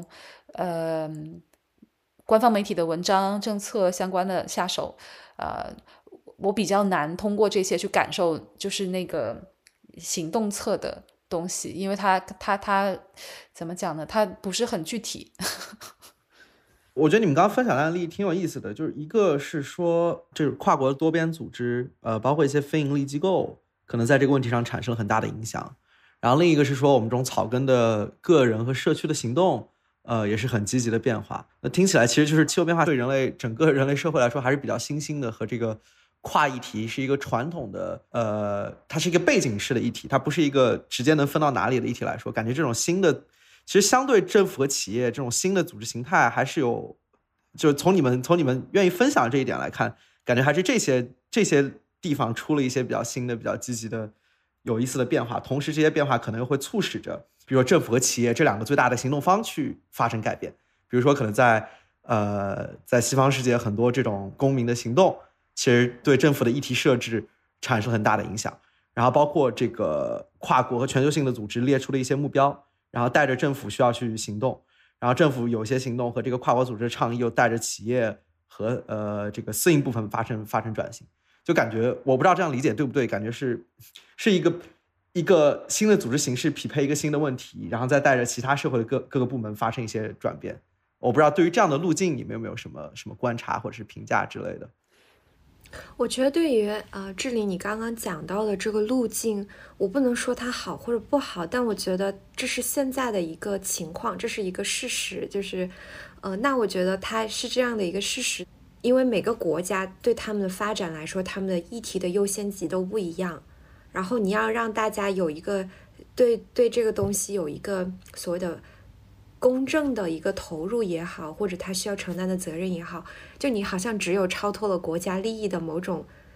官方媒体的文章、政策相关的下手，我比较难通过这些去感受，就是那个行动侧的东西，因为它怎么讲呢？它不是很具体。 我觉得你们刚刚分享的案例挺有意思的，就是一个是说，这是跨国多边组织，包括一些非盈利机构，可能在这个问题上产生了很大的影响。然后另一个是说，我们这种草根的个人和社区的行动，也是很积极的变化。那听起来其实就是气候变化对整个人类社会来说还是比较新兴的，和这个跨议题是一个传统的，它是一个背景式的议题，它不是一个直接能分到哪里的议题来说，感觉这种新的。其实相对政府和企业这种新的组织形态还是有，就从你们愿意分享这一点来看，感觉还是这些地方出了一些比较新的、比较积极的、有意思的变化。同时，这些变化可能又会促使着，比如说政府和企业这两个最大的行动方去发生改变。比如说，可能在西方世界，很多这种公民的行动，其实对政府的议题设置产生很大的影响。然后，包括这个跨国和全球性的组织列出了一些目标。然后带着政府需要去行动，然后政府有些行动和这个跨国组织的倡议又带着企业和这个私营部分发生转型，就感觉我不知道这样理解对不对，感觉是一个新的组织形式匹配一个新的问题，然后再带着其他社会的各个部门发生一些转变。我不知道对于这样的路径你们有没有什么观察或者是评价之类的。 我觉得对于志玲你刚刚讲到的这个路径，我不能说它好或者不好，但我觉得这是现在的一个情况，这是一个事实，就是那我觉得它是这样的一个事实，因为每个国家对他们的发展来说，他们的议题的优先级都不一样，然后你要让大家有一个对这个东西有一个所谓的公正的一个投入也好，或者他需要承担的责任也好，就你好像只有超脱了国家利益的某种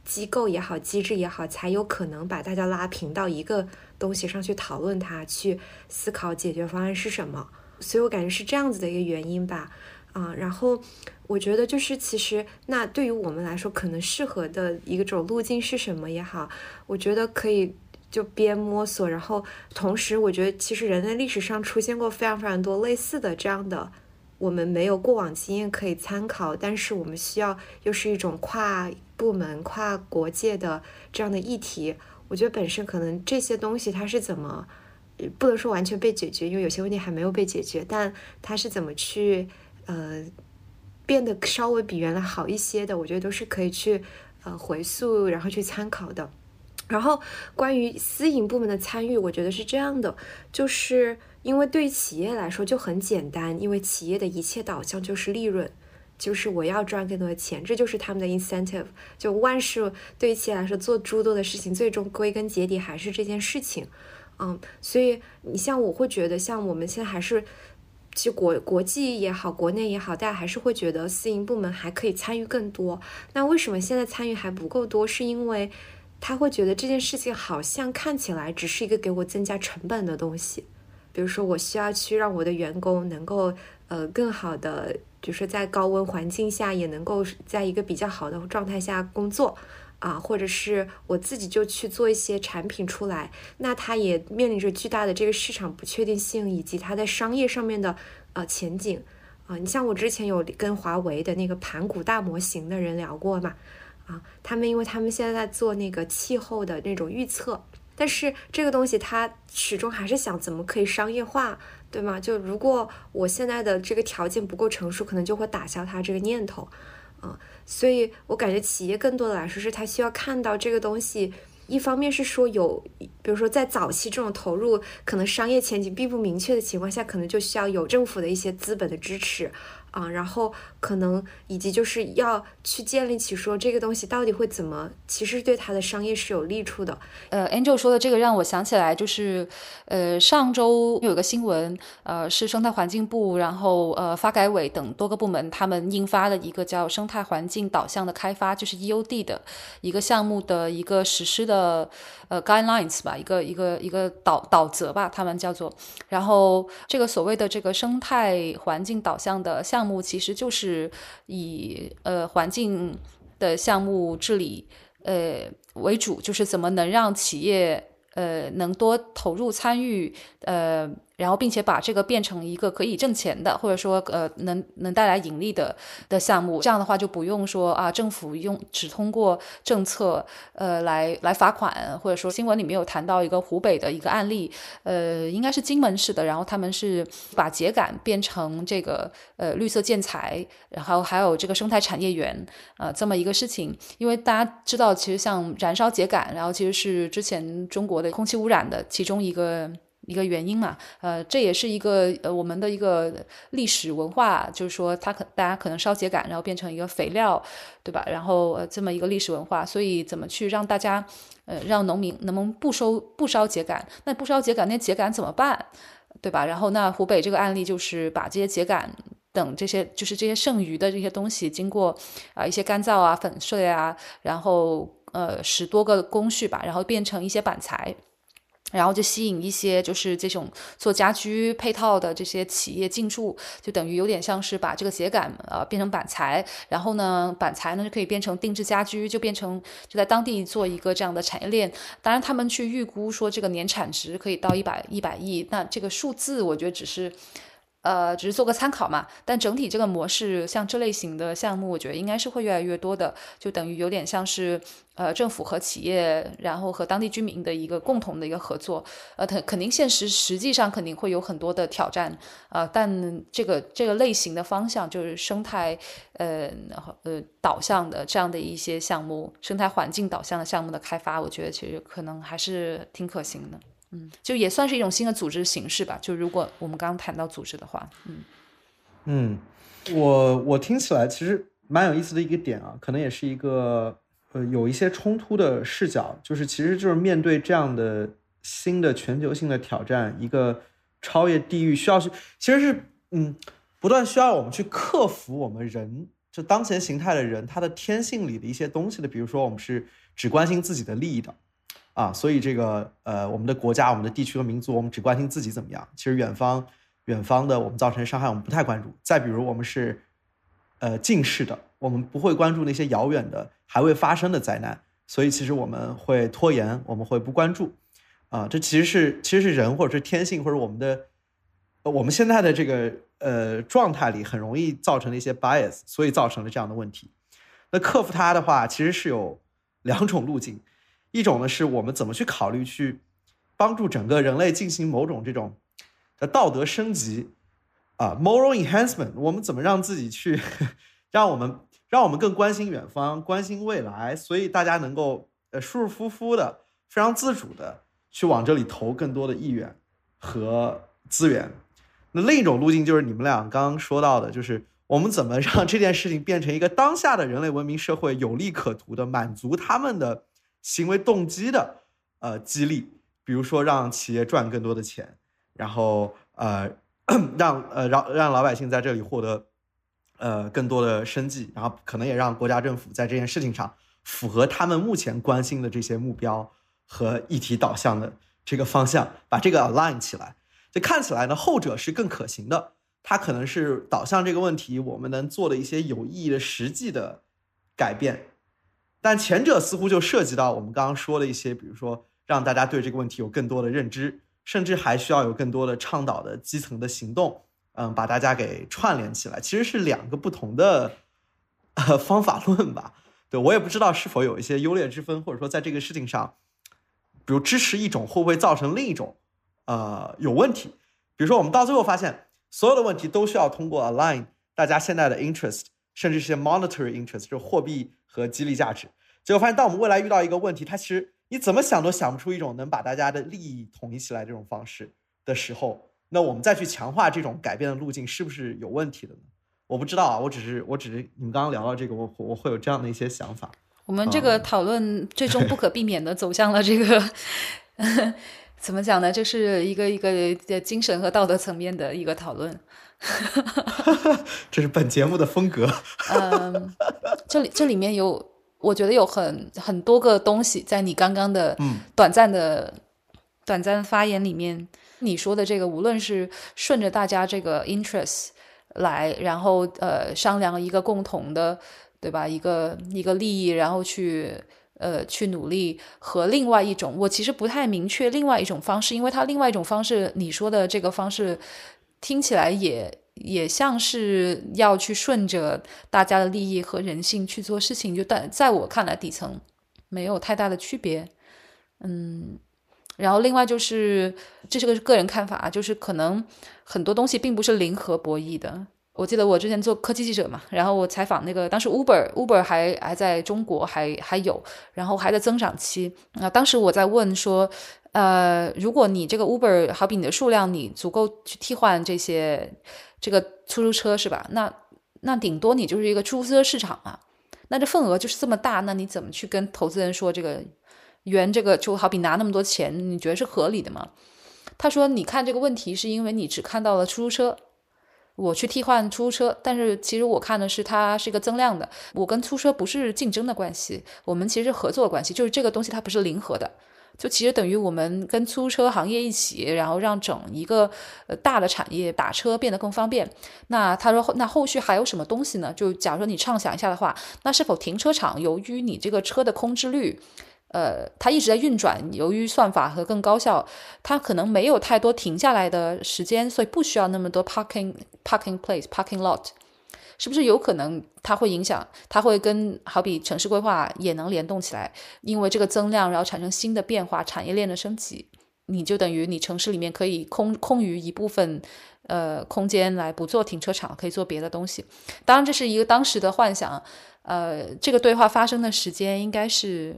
机构也好，机制也好，才有可能把大家拉平到一个东西上去讨论它，去思考解决方案是什么。所以我感觉是这样子的一个原因吧。然后我觉得就是其实那对于我们来说，可能适合的一种路径是什么也好，我觉得可以就边摸索，然后同时我觉得其实人类历史上出现过非常非常多类似的这样的，我们没有过往经验可以参考，但是我们需要又是一种跨部门跨国界的这样的议题。我觉得本身可能这些东西它是怎么不能说完全被解决，因为有些问题还没有被解决，但它是怎么去变得稍微比原来好一些的，我觉得都是可以去回溯然后去参考的。然后关于私营部门的参与，我觉得是这样的，就是因为对于企业来说就很简单，因为企业的一切导向就是利润，就是我要赚更多的钱，这就是他们的 incentive。就万事对于企业来说做诸多的事情，最终归根结底还是这件事情。所以你像我会觉得，像我们现在还是其实国际也好，国内也好，大家还是会觉得私营部门还可以参与更多。那为什么现在参与还不够多？是因为他会觉得这件事情好像看起来只是一个给我增加成本的东西。比如说我需要去让我的员工能够更好的，就是在高温环境下也能够在一个比较好的状态下工作。或者是我自己就去做一些产品出来，那它也面临着巨大的这个市场不确定性，以及它在商业上面的前景。你像我之前有跟华为的那个盘古大模型的人聊过嘛，他们因为他们现在在做那个气候的那种预测，但是这个东西它始终还是想怎么可以商业化，对吗？就如果我现在的这个条件不够成熟，可能就会打消它这个念头。所以我感觉企业更多的来说是他需要看到这个东西，一方面是说有，比如说在早期这种投入可能商业前景并不明确的情况下，可能就需要有政府的一些资本的支持然后可能以及就是要去建立起说这个东西到底会怎么，其实对它的商业是有利处的。 Angel 说的这个让我想起来，就是上周有个新闻，是生态环境部，然后发改委等多个部门他们印发了一个叫生态环境导向的开发，就是 EOD 的一个项目的一个实施的guidelines 吧，一个导则吧，他们叫做。然后这个所谓的这个生态环境导向的项目，其实就是以环境的项目治理为主，就是怎么能让企业能多投入参与然后并且把这个变成一个可以挣钱的，或者说能带来盈利的项目。这样的话就不用说政府只通过政策来罚款，或者说新闻里面有谈到一个湖北的一个案例，应该是荆门市的，然后他们是把秸秆变成这个绿色建材，然后还有这个生态产业园这么一个事情。因为大家知道其实像燃烧秸秆，然后其实是之前中国的空气污染的其中一个原因嘛，这也是一个我们的一个历史文化，就是说大家可能烧秸秆，然后变成一个肥料，对吧？然后这么一个历史文化，所以怎么去让大家让农民能不能不烧秸秆？那不烧秸秆，那秸秆怎么办？对吧？然后那湖北这个案例就是把这些秸秆等这些就是这些剩余的这些东西，经过一些干燥粉碎然后10多个工序吧，然后变成一些板材。然后就吸引一些就是这种做家居配套的这些企业进驻，就等于有点像是把这个秸秆变成板材，然后呢板材呢就可以变成定制家居，就在当地做一个这样的产业链。当然他们去预估说这个年产值可以到100亿，那这个数字我觉得只是做个参考嘛，但整体这个模式像这类型的项目我觉得应该是会越来越多的，就等于有点像是政府和企业然后和当地居民的一个共同的一个合作。肯定实际上肯定会有很多的挑战但这个类型的方向就是生态导向的这样的一些项目，生态环境导向的项目的开发，我觉得其实可能还是挺可行的。就也算是一种新的组织形式吧，就如果我们刚刚谈到组织的话。 我听起来其实蛮有意思的一个点可能也是一个有一些冲突的视角，就是其实就是面对这样的新的全球性的挑战，一个超越地域需要其实是不断需要我们去克服我们人就当前形态的人他的天性里的一些东西的，比如说我们是只关心自己的利益的啊，所以这个我们的国家、我们的地区和民族，我们只关心自己怎么样。其实远方的我们造成伤害，我们不太关注。再比如我们是近视的，我们不会关注那些遥远的还未发生的灾难，所以其实我们会拖延，我们会不关注啊。这其实是人或者是天性或者我们现在的这个状态里很容易造成的一些 bias， 所以造成了这样的问题。那克服它的话，其实是有2种路径，一种呢是我们怎么去考虑去帮助整个人类进行某种这种的道德升级啊 ，moral enhancement， 我们怎么让自己去让我们更关心远方，关心未来，所以大家能够舒舒服服的、非常自主的去往这里投更多的意愿和资源。那另一种路径就是你们俩刚刚说到的，就是我们怎么让这件事情变成一个当下的人类文明社会有利可图的、满足他们的行为动机的激励，比如说让企业赚更多的钱，然后让老百姓在这里获得更多的生计，然后可能也让国家政府在这件事情上符合他们目前关心的这些目标和议题导向的这个方向，把这个 align 起来。这看起来呢，后者是更可行的，它可能是导向这个问题我们能做的一些有意义的实际的改变。但前者似乎就涉及到我们刚刚说的一些，比如说让大家对这个问题有更多的认知，甚至还需要有更多的倡导的基层的行动，把大家给串联起来。其实是2个不同的方法论吧。对，我也不知道是否有一些优劣之分，或者说在这个事情上，比如支持一种会不会造成另一种有问题。比如说我们到最后发现所有的问题都需要通过 align 大家现在的 interest， 甚至是些 monetary interest， 就是货币和激励价值。结果发现当我们未来遇到一个问题，它其实你怎么想都想不出一种能把大家的利益统一起来这种方式的时候，那我们再去强化这种改变的路径是不是有问题的呢？我不知道啊，我只是你们刚刚聊到这个，我会有这样的一些想法。 我们这个讨论最终不可避免的走向了这个怎么讲呢？就是一个精神和道德层面的一个讨论。 这是本节目的风格。 这里面有，我觉得有很多个东西在你刚刚的短暂发言里面，你说的这个，无论是顺着大家这个 interest 来，然后商量一个共同的，对吧？一个利益，然后去努力，和另外一种，我其实不太明确另外一种方式，因为它另外一种方式，你说的这个方式听起来也像是要去顺着大家的利益和人性去做事情，就在我看来底层没有太大的区别。然后另外就是这是个个人看法，就是可能很多东西并不是零和博弈的。我记得我之前做科技记者嘛，然后我采访那个当时 Uber 还在中国还有，然后还在增长期。当时我在问说如果你这个 Uber 好比你的数量你足够去替换这个出租车是吧，那顶多你就是一个出租车市场啊，那这份额就是这么大，那你怎么去跟投资人说这个就好比拿那么多钱，你觉得是合理的吗？他说你看这个问题是因为你只看到了出租车，我去替换出租车，但是其实我看的是它是一个增量的，我跟出租车不是竞争的关系，我们其实是合作的关系，就是这个东西它不是零和的，就其实等于我们跟出租车行业一起，然后让整一个大的产业打车变得更方便。那他说那后续还有什么东西呢？就假如说你畅想一下的话，那是否停车场由于你这个车的空置率它一直在运转，由于算法和更高效，它可能没有太多停下来的时间，所以不需要那么多 parking lot， 是不是有可能它会影响，它会跟好比城市规划也能联动起来，因为这个增量然后产生新的变化，产业链的升级，你就等于你城市里面可以空余一部分空间来不做停车场，可以做别的东西。当然这是一个当时的幻想，这个对话发生的时间应该是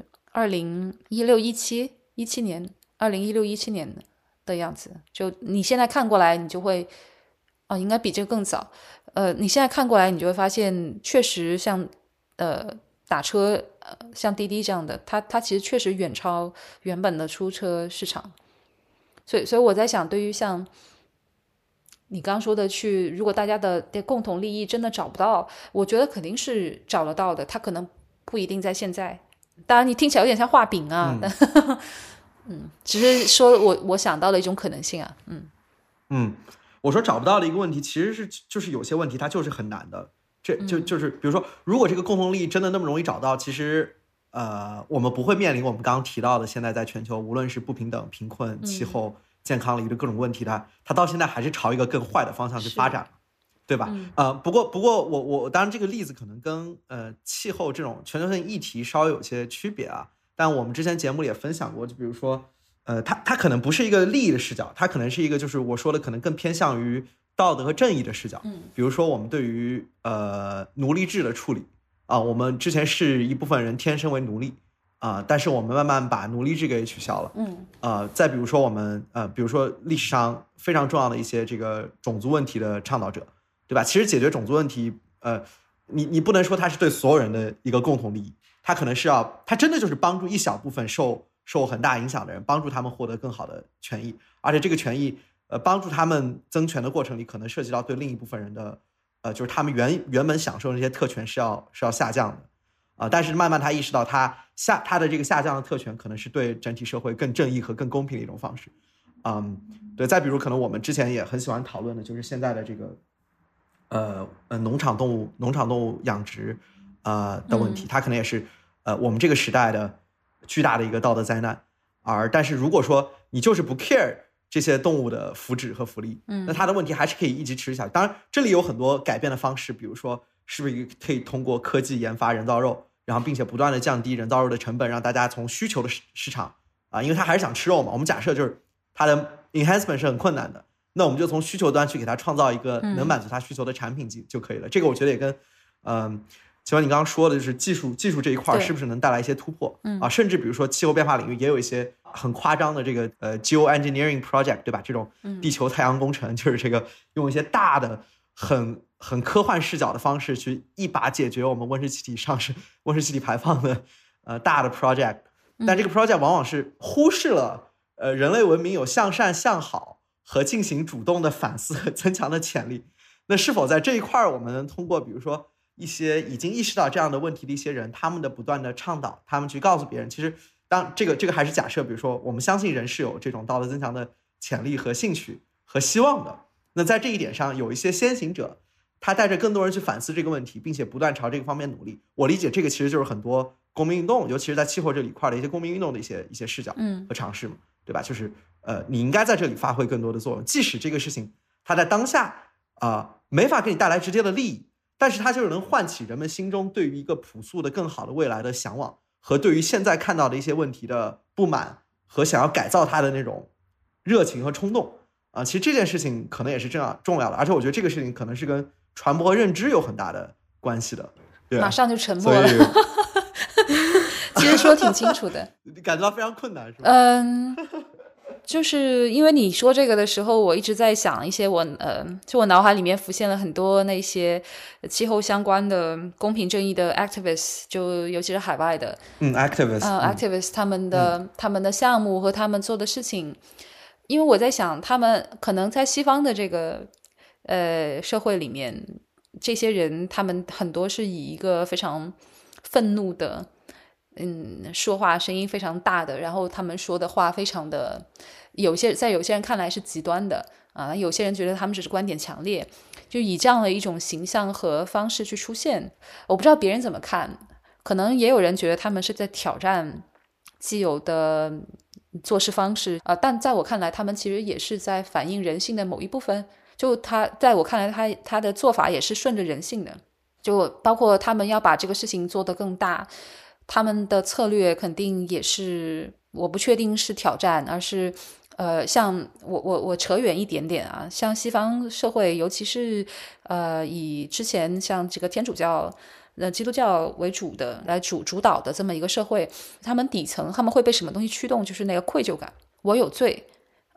2016-17年的样子。就你现在看过来你就会应该比这个更早。你现在看过来你就会发现确实像打车像滴滴这样的，它其实确实远超原本的出租车市场。所以我在想，对于像你刚刚说的如果大家的共同利益真的找不到，我觉得肯定是找得到的，他可能不一定在现在。当然你听起来有点像画饼啊，只是说我想到的一种可能性啊。 我说找不到的一个问题，其实就是有些问题它就是很难的。就是比如说，如果这个共同利益真的那么容易找到，其实我们不会面临我们刚刚提到的现在在全球无论是不平等、贫困、气候、健康领域的各种问题它到现在还是朝一个更坏的方向去发展，对吧？不过我当然这个例子可能跟气候这种全球性议题稍微有些区别啊，但我们之前节目里也分享过，就比如说它可能不是一个利益的视角，它可能是一个就是我说的可能更偏向于道德和正义的视角。比如说我们对于奴隶制的处理我们之前是一部分人天生为奴隶但是我们慢慢把奴隶制给取消了。再比如说我们比如说历史上非常重要的一些这个种族问题的倡导者，对吧？其实解决种族问题你不能说它是对所有人的一个共同利益，它可能是它真的就是帮助一小部分受很大影响的人，帮助他们获得更好的权益，而且这个权益帮助他们增权的过程里可能涉及到对另一部分人的就是他们原本享受的那些特权是要下降的但是慢慢他意识到他的这个下降的特权可能是对整体社会更正义和更公平的一种方式。对，再比如可能我们之前也很喜欢讨论的就是现在的这个农场动物养殖的问题，它可能也是我们这个时代的巨大的一个道德灾难。但是如果说你就是不 care 这些动物的福祉和福利，那它的问题还是可以一直持续下去。当然这里有很多改变的方式，比如说是不是可以通过科技研发人造肉，然后并且不断的降低人造肉的成本，让大家从需求的市场因为他还是想吃肉嘛，我们假设就是它的 enhancement 是很困难的，那我们就从需求端去给他创造一个能满足他需求的产品就可以了。这个我觉得也跟请问你刚刚说的就是技术这一块是不是能带来一些突破甚至比如说气候变化领域也有一些很夸张的这个geoengineering project， 对吧？这种地球太阳工程，就是这个用一些大的很科幻视角的方式去一把解决我们温室气体排放的大的 project， 但这个 project 往往是忽视了人类文明有向善向好和进行主动的反思和增强的潜力。那是否在这一块我们能通过比如说一些已经意识到这样的问题的一些人，他们的不断的倡导，他们去告诉别人，其实当这个还是假设，比如说我们相信人是有这种道德增强的潜力和兴趣和希望的，那在这一点上有一些先行者，他带着更多人去反思这个问题，并且不断朝这个方面努力。我理解这个其实就是很多公民运动，尤其是在气候这里块的一些公民运动的一些视角和尝试嘛，对吧？就是你应该在这里发挥更多的作用，即使这个事情它在当下没法给你带来直接的利益，但是它就是能唤起人们心中对于一个朴素的更好的未来的向往，和对于现在看到的一些问题的不满和想要改造它的那种热情和冲动其实这件事情可能也是这样重要的，而且我觉得这个事情可能是跟传播和认知有很大的关系的。对， 马上就沉默了其实说挺清楚的感觉到非常困难是吧？ 就是因为你说这个的时候，我一直在想一些就我脑海里面浮现了很多那些气候相关的公平正义的 activists， 就尤其是海外的activists 他们的项目和他们做的事情。因为我在想他们可能在西方的这个社会里面，这些人他们很多是以一个非常愤怒的说话声音非常大的，然后他们说的话非常的在有些人看来是极端的有些人觉得他们只是观点强烈，就以这样的一种形象和方式去出现。我不知道别人怎么看，可能也有人觉得他们是在挑战既有的做事方式但在我看来他们其实也是在反映人性的某一部分，就在我看来他的做法也是顺着人性的，就包括他们要把这个事情做得更大，他们的策略肯定也是，我不确定是挑战，而是像我扯远一点点像西方社会，尤其是以之前像这个天主教基督教为主的来主导的这么一个社会，他们底层他们会被什么东西驱动，就是那个愧疚感，我有罪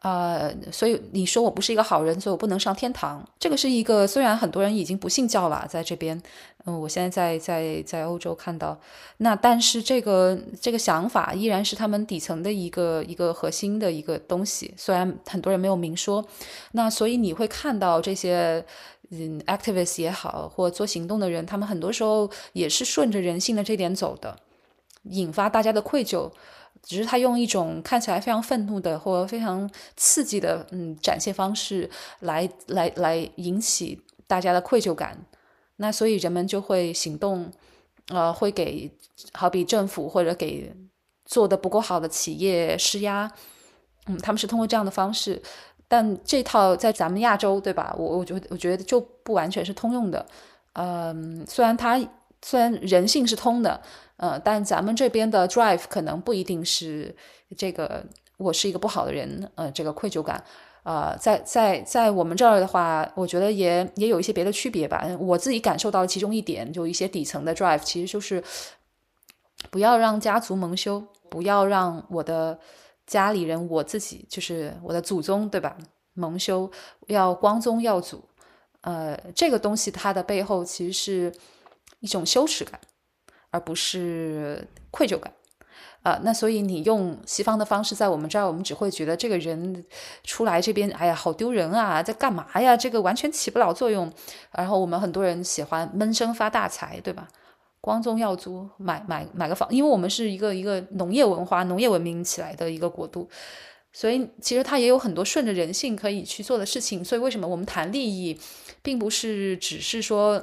所以你说我不是一个好人，所以我不能上天堂。这个是一个，虽然很多人已经不信教了，在这边，我现在在欧洲看到，那但是这个想法依然是他们底层的一个核心的一个东西，虽然很多人没有明说。那所以你会看到这些activist 也好，或做行动的人，他们很多时候也是顺着人性的这点走的，引发大家的愧疚。只是他用一种看起来非常愤怒的或非常刺激的展现方式来引起大家的愧疚感，那所以人们就会行动，会给好比政府或者给做的不够好的企业施压，他们是通过这样的方式，但这套在咱们亚洲对吧，我觉得就不完全是通用的，虽然人性是通的。但咱们这边的 drive 可能不一定是这个我是一个不好的人，这个愧疚感，在我们这儿的话，我觉得也有一些别的区别吧。我自己感受到了其中一点，就一些底层的 drive，其实就是不要让家族蒙羞，不要让我的家里人，我自己就是我的祖宗，对吧？蒙羞，要光宗耀祖。这个东西它的背后其实是一种羞耻感。而不是愧疚感，那所以你用西方的方式，在我们这儿，我们只会觉得这个人出来这边，哎呀，好丢人啊，在干嘛呀？这个完全起不了作用。然后我们很多人喜欢闷声发大财，对吧？光宗耀祖，买个房，因为我们是一个农业文化、农业文明起来的一个国度，所以其实它也有很多顺着人性可以去做的事情。所以为什么我们谈利益，并不是只是说，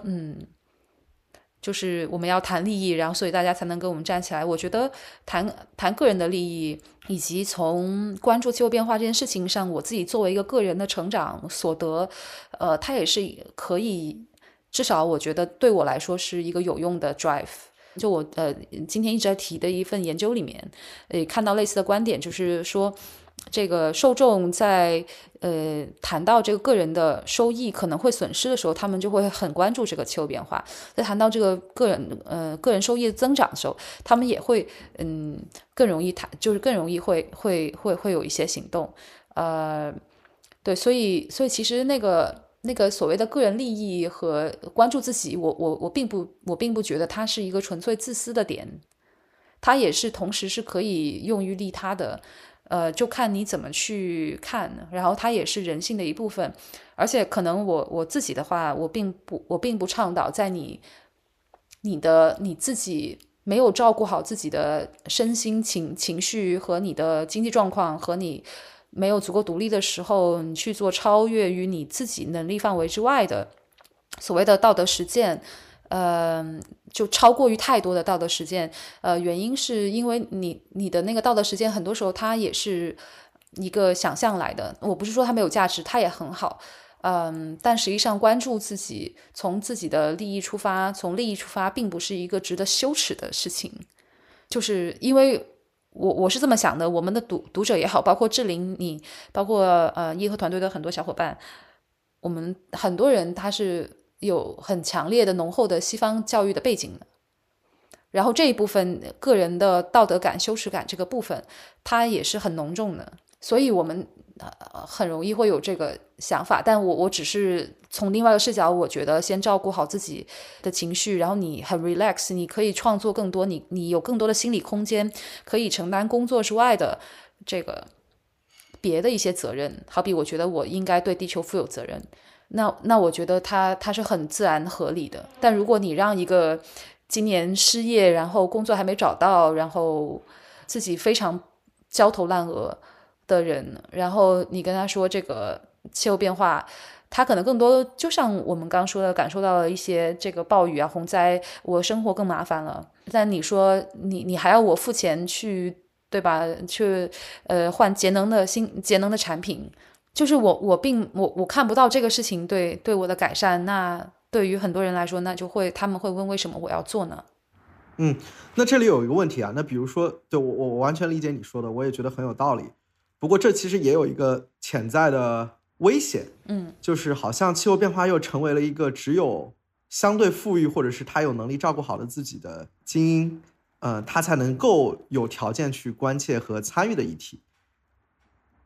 就是我们要谈利益，然后所以大家才能跟我们站起来。我觉得谈个人的利益，以及从关注气候变化这件事情上，我自己作为一个个人的成长所得，它也是可以，至少我觉得对我来说是一个有用的 drive。就我今天一直在提的一份研究里面，看到类似的观点，就是说这个受众在谈到这个个人的收益可能会损失的时候，他们就会很关注这个气候变化。在谈到这个个人收益的增长的时候，他们也会更容易就是更容易会有一些行动。对，所以其实那个所谓的个人利益和关注自己，我并不觉得它是一个纯粹自私的点，它也是同时是可以用于利他的。就看你怎么去看，然后它也是人性的一部分。而且可能我自己的话，我并不倡导在你自己没有照顾好自己的身心情绪和你的经济状况，和你没有足够独立的时候，你去做超越于你自己能力范围之外的所谓的道德实践。就超过于太多的道德实践，原因是因为你的那个道德实践很多时候它也是一个想象来的。我不是说它没有价值，它也很好，但实际上关注自己，从自己的利益出发，并不是一个值得羞耻的事情。就是因为我是这么想的，我们的读者也好，包括志玲你，包括叶和团队的很多小伙伴，我们很多人他是有很强烈的浓厚的西方教育的背景的，然后这一部分个人的道德感羞耻感这个部分它也是很浓重的，所以我们很容易会有这个想法。但我只是从另外一个视角，我觉得先照顾好自己的情绪，然后你很 relax， 你可以创作更多，你有更多的心理空间，可以承担工作之外的这个别的一些责任。好比我觉得我应该对地球负有责任，那我觉得它是很自然合理的。但如果你让一个今年失业，然后工作还没找到，然后自己非常焦头烂额的人，然后你跟他说这个气候变化，他可能更多就像我们刚说的，感受到了一些这个暴雨啊、洪灾，我生活更麻烦了。但你说你还要我付钱去，对吧？去换节能的产品。就是我看不到这个事情对我的改善，那对于很多人来说，他们会问为什么我要做呢？ 那这里有一个问题啊，那比如说，对我完全理解你说的，我也觉得很有道理。不过这其实也有一个潜在的危险，就是好像气候变化又成为了一个只有相对富裕或者是他有能力照顾好了自己的精英，他才能够有条件去关切和参与的议题。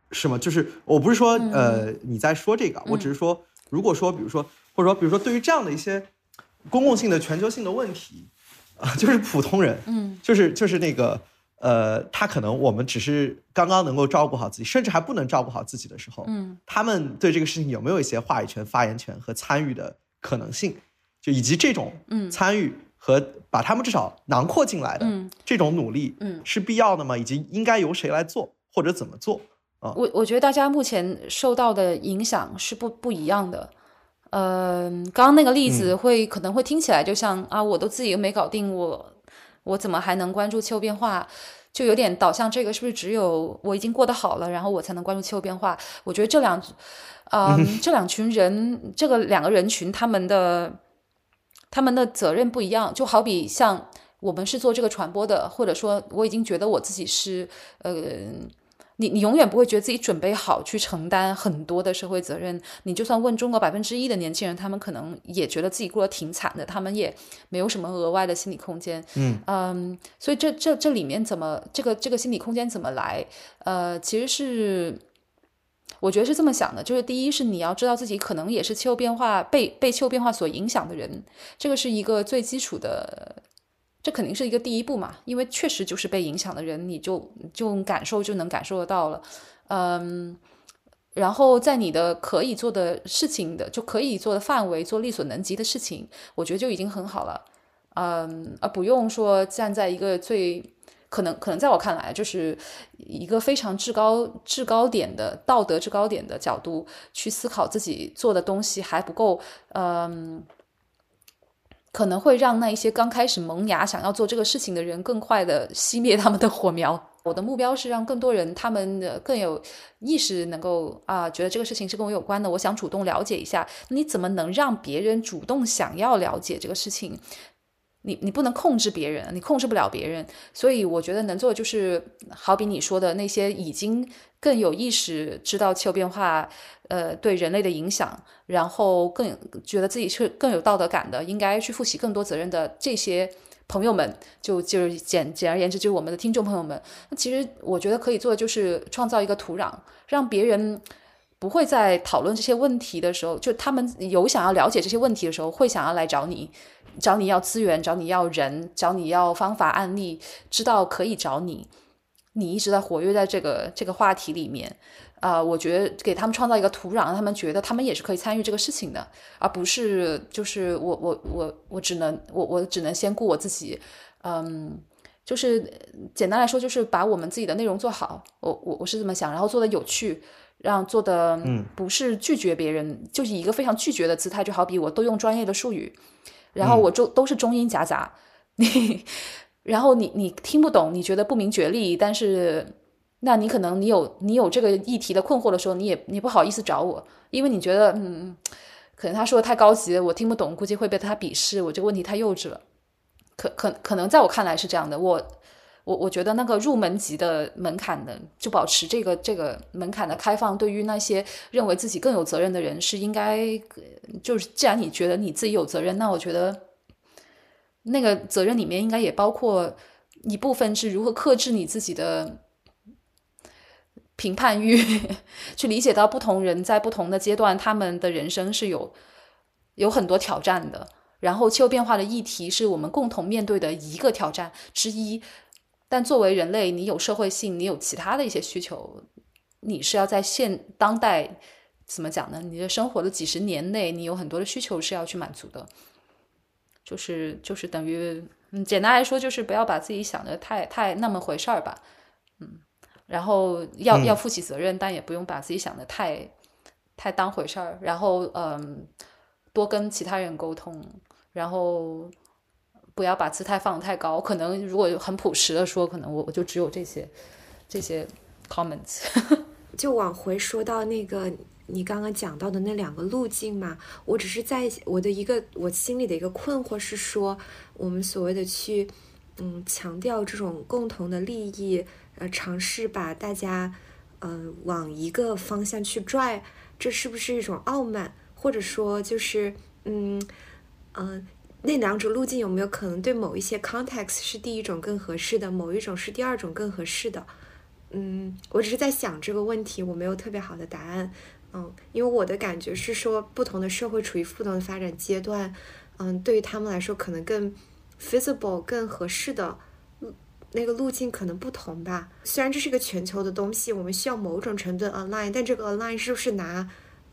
是吗？就是我不是说你在说这个，我只是说，如果说比如说或者说比如说对于这样的一些公共性的全球性的问题就是普通人就是那个他可能我们只是刚刚能够照顾好自己，甚至还不能照顾好自己的时候，他们对这个事情有没有一些话语权、发言权和参与的可能性，就以及这种参与和把他们至少囊括进来的这种努力是必要的吗？以及应该由谁来做或者怎么做？ 我觉得大家目前受到的影响是不一样的。刚刚那个例子可能会听起来就像啊，我都自己又没搞定，我怎么还能关注气候变化？就有点导向这个是不是只有我已经过得好了，然后我才能关注气候变化？我觉得这两群人，这个两个人群，他们的责任不一样。就好比像我们是做这个传播的，或者说我已经觉得我自己是你永远不会觉得自己准备好去承担很多的社会责任。你就算问中国1%的年轻人，他们可能也觉得自己过得挺惨的，他们也没有什么额外的心理空间。所以这里面怎么这个心理空间怎么来？其实是我觉得是这么想的，就是第一是你要知道自己可能也是气候变化被气候变化所影响的人，这个是一个最基础的。这肯定是一个第一步嘛，因为确实就是被影响的人，你就感受就能感受得到了。然后在你的可以做的事情的就可以做的范围做力所能及的事情，我觉得就已经很好了。而不用说站在一个最可能在我看来就是一个非常制高点的道德制高点的角度去思考自己做的东西还不够，可能会让那一些刚开始萌芽想要做这个事情的人更快的熄灭他们的火苗。我的目标是让更多人他们更有意识能够觉得这个事情是跟我有关的，我想主动了解一下。你怎么能让别人主动想要了解这个事情？你不能控制别人，你控制不了别人，所以我觉得能做的就是好比你说的那些已经更有意识知道气候变化对人类的影响，然后更觉得自己是更有道德感的，应该去负起更多责任的这些朋友们，就是简而言之就是我们的听众朋友们。那其实我觉得可以做的就是创造一个土壤，让别人不会在讨论这些问题的时候，就他们有想要了解这些问题的时候会想要来找你要资源，找你要人，找你要方法案例，知道可以找你一直在活跃在这个话题里面。我觉得给他们创造一个土壤，让他们觉得他们也是可以参与这个事情的，而不是就是我只能先顾我自己。就是简单来说就是把我们自己的内容做好，我是这么想，然后做的有趣，让做的不是拒绝别人，就是以一个非常拒绝的姿态，就好比我都用专业的术语，然后我都是中英夹杂，然后你听不懂，你觉得不明觉厉，但是那你可能你有这个议题的困惑的时候，你不好意思找我，因为你觉得可能他说的太高级了，我听不懂，估计会被他鄙视，我这个问题太幼稚了。可能在我看来是这样的，我觉得那个入门级的门槛的，就保持这个门槛的开放，对于那些认为自己更有责任的人是应该，就是既然你觉得你自己有责任，那我觉得那个责任里面应该也包括一部分是如何克制你自己的评判欲，去理解到不同人在不同的阶段他们的人生是有很多挑战的，然后气候变化的议题是我们共同面对的一个挑战之一，但作为人类你有社会性，你有其他的一些需求，你是要在当代怎么讲呢，你的生活的几十年内你有很多的需求是要去满足的，就是等于简单来说就是不要把自己想的太那么回事儿吧。然后要负起责任，但也不用把自己想的太当回事儿，然后多跟其他人沟通，然后不要把姿态放得太高，可能如果很朴实的说，可能我就只有这些 comments 就往回说到那个你刚刚讲到的那两个路径嘛，我只是在我心里的一个困惑是说，我们所谓的去强调这种共同的利益，尝试把大家往一个方向去拽，这是不是一种傲慢？或者说就是那两种路径有没有可能对某一些 context 是第一种更合适的，某一种是第二种更合适的？ 我只是在想这个问题，我没有特别好的答案。因为我的感觉是说，不同的社会处于不同的发展阶段，对于他们来说，可能更 feasible 更合适的那个路径可能不同吧。虽然这是一个全球的东西，我们需要某种程度的 align， 但这个 align 是不是拿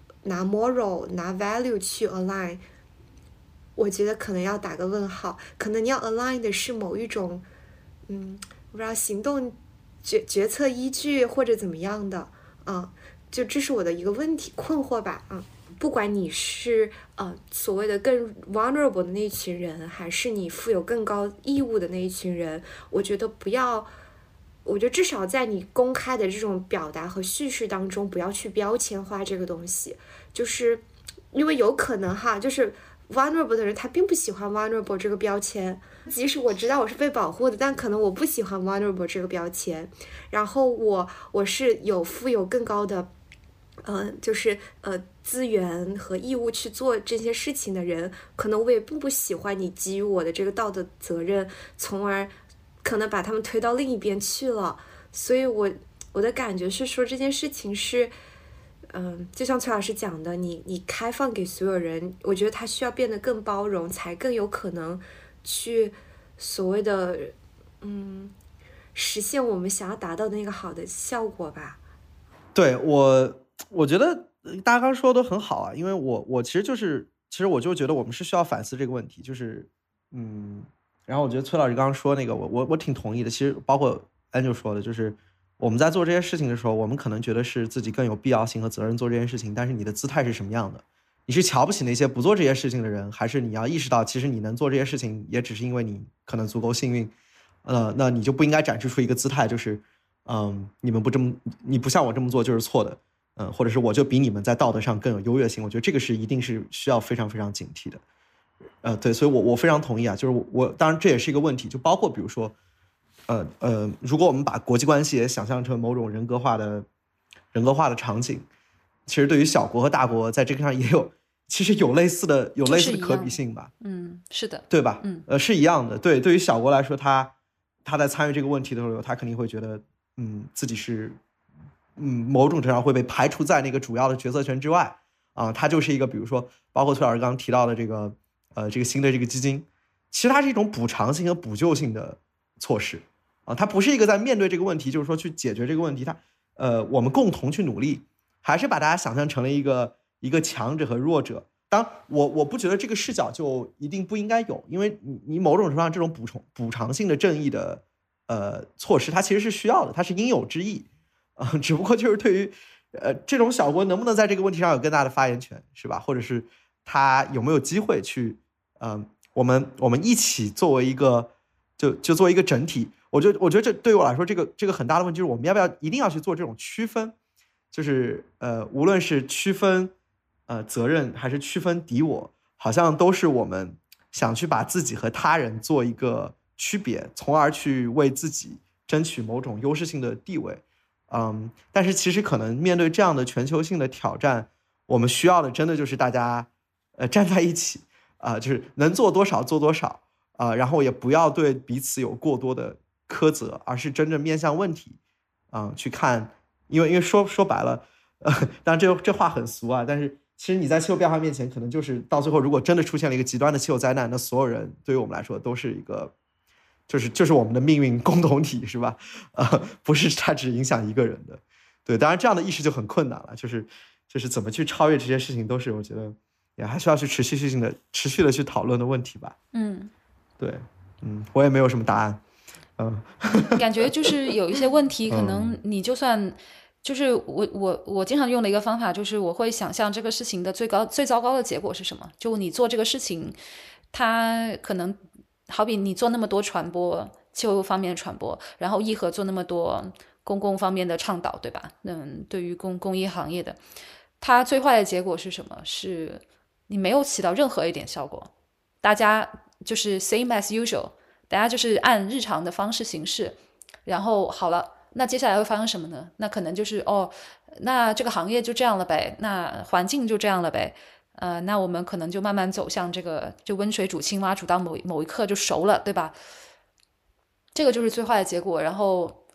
moral 拿 value 去 align， 我觉得可能要打个问号。可能你要 align 的是某一种不知道行动决策依据或者怎么样的就这是我的一个问题困惑吧。不管你是所谓的更 vulnerable 的那一群人，还是你负有更高义务的那一群人，我觉得至少在你公开的这种表达和叙事当中，不要去标签化这个东西。就是因为有可能就是 vulnerable 的人他并不喜欢 vulnerable 这个标签，即使我知道我是被保护的，但可能我不喜欢 vulnerable 这个标签。然后我是负有更高的就是资源和义务去做这些事情的人，可能我也并不喜欢你给予我的这个道德责任，从而可能把他们推到另一边去了。所以我的感觉是说，这件事情是就像崔老师讲的，你开放给所有人，我觉得他需要变得更包容，才更有可能去所谓的实现我们想要达到的那个好的效果吧。 对，我觉得大家刚说的都很好啊，因为我其实我就觉得我们是需要反思这个问题，就是然后我觉得崔老师刚刚说那个我挺同意的。其实包括 Angel 说的，就是我们在做这些事情的时候，我们可能觉得是自己更有必要性和责任做这件事情，但是你的姿态是什么样的？你是瞧不起那些不做这些事情的人，还是你要意识到其实你能做这些事情也只是因为你可能足够幸运？那你就不应该展示出一个姿态，就是你不像我这么做就是错的，或者是我就比你们在道德上更有优越性。我觉得这个一定是需要非常非常警惕的。对，所以我非常同意啊，就是我当然这也是一个问题，就包括比如说如果我们把国际关系也想象成某种人格化的场景，其实对于小国和大国在这个上也其实有类似的可比性吧。 是的， 对吧？是一样的。对于小国来说，他在参与这个问题的时候，他肯定会觉得自己是某种程度上会被排除在那个主要的决策权之外他就是一个比如说包括崔老师刚刚提到的这个新的这个基金，其实它是一种补偿性和补救性的措施它不是一个在面对这个问题就是说去解决这个问题，我们共同去努力，还是把大家想象成了一个强者和弱者。当我不觉得这个视角就一定不应该有，因为你某种程度上这种补偿性的正义的措施，它其实是需要的，它是应有之义只不过就是对于这种小国能不能在这个问题上有更大的发言权，是吧？或者是他有没有机会去我们一起作为一个就作为一个整体。我觉得这对于我来说这个很大的问题就是我们要不要一定要去做这种区分，就是无论是区分责任还是区分敌我，好像都是我们想去把自己和他人做一个区别，从而去为自己争取某种优势性的地位。但是其实可能面对这样的全球性的挑战，我们需要的真的就是大家站在一起就是能做多少做多少然后也不要对彼此有过多的苛责，而是真正面向问题去看。因为说白了当然这话很俗但是其实你在气候变化面前，可能就是到最后如果真的出现了一个极端的气候灾难，那所有人对于我们来说都是一个就是我们的命运共同体，是吧？不是它只影响一个人的。对，当然这样的意识就很困难了，就是怎么去超越这些事情，都是我觉得也还需要去持续的去讨论的问题吧。对，我也没有什么答案。 感觉就是有一些问题，可能你就算就是我经常用的一个方法，就是我会想象这个事情的最糟糕的结果是什么。就你做这个事情，它可能好比你做那么多传播气候方面的传播，然后义和做那么多公共方面的倡导，对吧？对于公益行业的，它最坏的结果是什么？是你没有起到任何一点效果，大家就是 same as usual， 大家就是按日常的方式行事，然后好了，那接下来会发生什么呢？那可能就是那这个行业就这样了呗，那环境就这样了呗。那我们可能就慢慢走向这个，就温水煮青蛙，煮到某一刻就熟了，对吧？这个就是最坏的结果。然后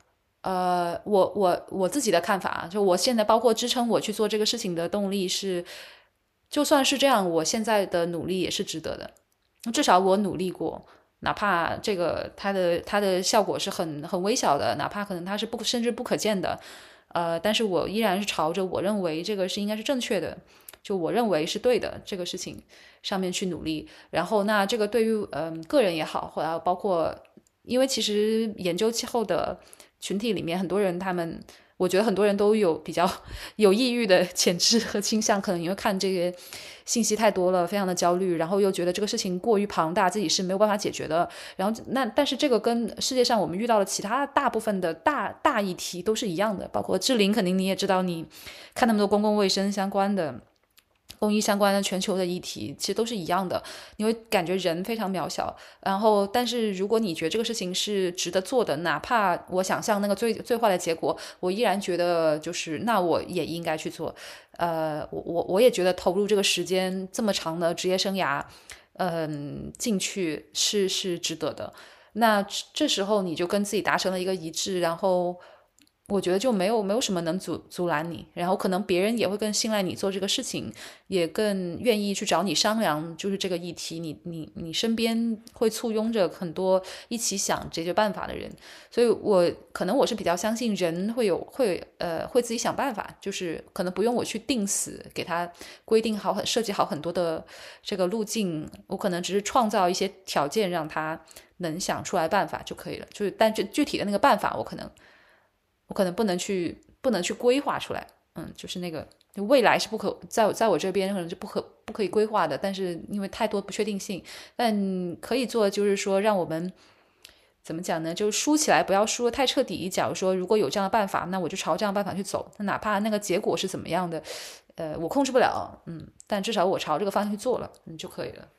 我自己的看法，就我现在包括支撑我去做这个事情的动力是，就算是这样，我现在的努力也是值得的。至少我努力过，哪怕这个它的效果是很微小的，哪怕可能它是甚至不可见的，但是我依然是朝着我认为这个是应该是正确的，就我认为是对的这个事情上面去努力。然后那这个对于个人也好，或者包括因为其实研究气候的群体里面，很多人我觉得很多人都有比较有抑郁的潜质和倾向，可能因为看这些信息太多了，非常的焦虑，然后又觉得这个事情过于庞大，自己是没有办法解决的。然后但是这个跟世界上我们遇到的其他大部分的大议题都是一样的，包括志玲，肯定你也知道，你看那么多公共卫生相关的、公益相关的全球的议题，其实都是一样的，你会感觉人非常渺小。然后但是如果你觉得这个事情是值得做的，哪怕我想象那个最坏的结果，我依然觉得就是那我也应该去做。我也觉得投入这个时间这么长的职业生涯进去是值得的。那这时候你就跟自己达成了一个一致，然后我觉得就没有什么能阻拦你，然后可能别人也会更信赖你做这个事情，也更愿意去找你商量，就是这个议题，你身边会簇拥着很多一起想解决办法的人。所以可能我是比较相信人会自己想办法，就是可能不用我去定死给他规定好设计好很多的这个路径，我可能只是创造一些条件让他能想出来办法就可以了。但具体的那个办法我可能不能去规划出来，就是那个未来是在我这边可能是不可以规划的，但是因为太多不确定性，但可以做就是说让我们怎么讲呢？就输起来不要输得太彻底。假如说如果有这样的办法，那我就朝这样的办法去走，那哪怕那个结果是怎么样的，我控制不了，但至少我朝这个方向去做了，就可以了。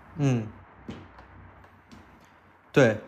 对，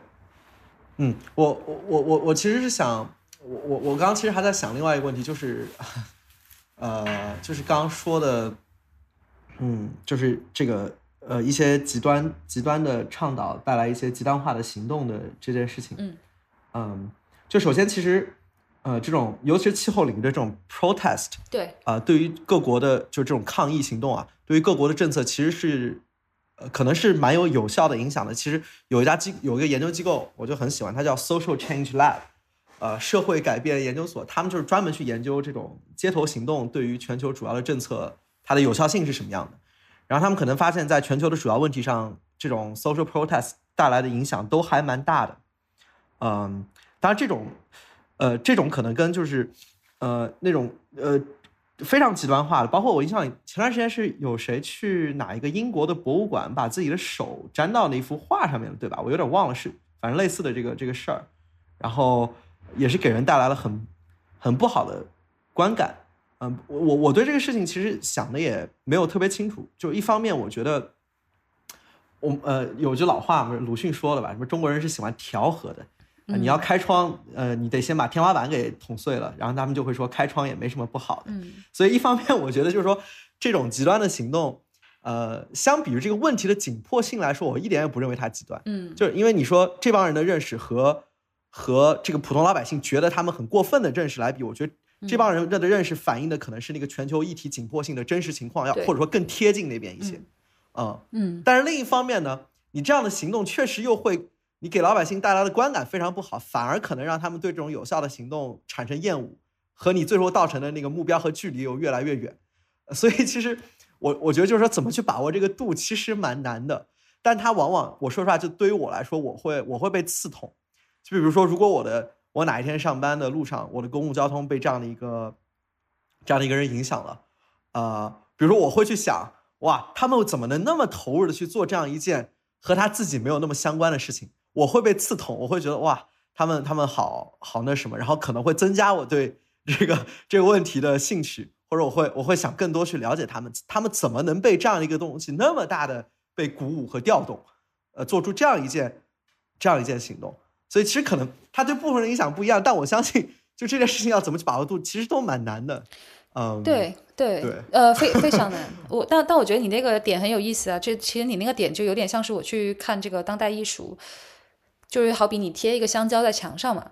我其实是想。我刚刚其实还在想另外一个问题，就是就是刚刚说的，就是这个一些极端的倡导带来一些极端化的行动的这件事情，就首先其实这种尤其是气候领域的这种 protest， 对对于各国的就这种抗议行动啊，对于各国的政策其实是可能是蛮有效的影响的。其实有一个研究机构我就很喜欢，它叫 Social Change Lab。社会改变研究所，他们就是专门去研究这种街头行动对于全球主要的政策它的有效性是什么样的。然后他们可能发现在全球的主要问题上，这种 social protest 带来的影响都还蛮大的。当然这种可能跟就是那种非常极端化的，包括我印象里前段时间是有谁去哪一个英国的博物馆把自己的手粘到那一幅画上面了，对吧？我有点忘了，是反正类似的这个事儿，然后也是给人带来了很不好的观感。我对这个事情其实想的也没有特别清楚。就一方面我觉得有句老话鲁迅说了吧，什么中国人是喜欢调和的，你要开窗你得先把天花板给捅碎了，然后他们就会说开窗也没什么不好的。所以一方面我觉得就是说这种极端的行动相比于这个问题的紧迫性来说，我一点也不认为它极端。就是因为你说这帮人的认识和这个普通老百姓觉得他们很过分的认识来比，我觉得这帮人的认识反映的可能是那个全球议题紧迫性的真实情况，或者说更贴近那边一些。但是另一方面呢，你这样的行动确实又会你给老百姓带来的观感非常不好，反而可能让他们对这种有效的行动产生厌恶，和你最后到成的那个目标和距离又越来越远。所以其实我觉得就是说怎么去把握这个度其实蛮难的，但它往往我说实话就对于我来说我会被刺痛。就比如说如果我哪一天上班的路上我的公共交通被这样的一个人影响了，比如说我会去想，哇，他们怎么能那么投入的去做这样一件和他自己没有那么相关的事情，我会被刺痛，我会觉得哇，他们好那什么，然后可能会增加我对这个问题的兴趣，或者我会想更多去了解他们怎么能被这样一个东西那么大的被鼓舞和调动，做出这样一件行动。所以其实可能它对部分人影响不一样，但我相信就这件事情要怎么去把握度其实都蛮难的。 对，非常难。但我觉得你那个点很有意思啊，其实你那个点就有点像是我去看这个当代艺术，就是好比你贴一个香蕉在墙上嘛，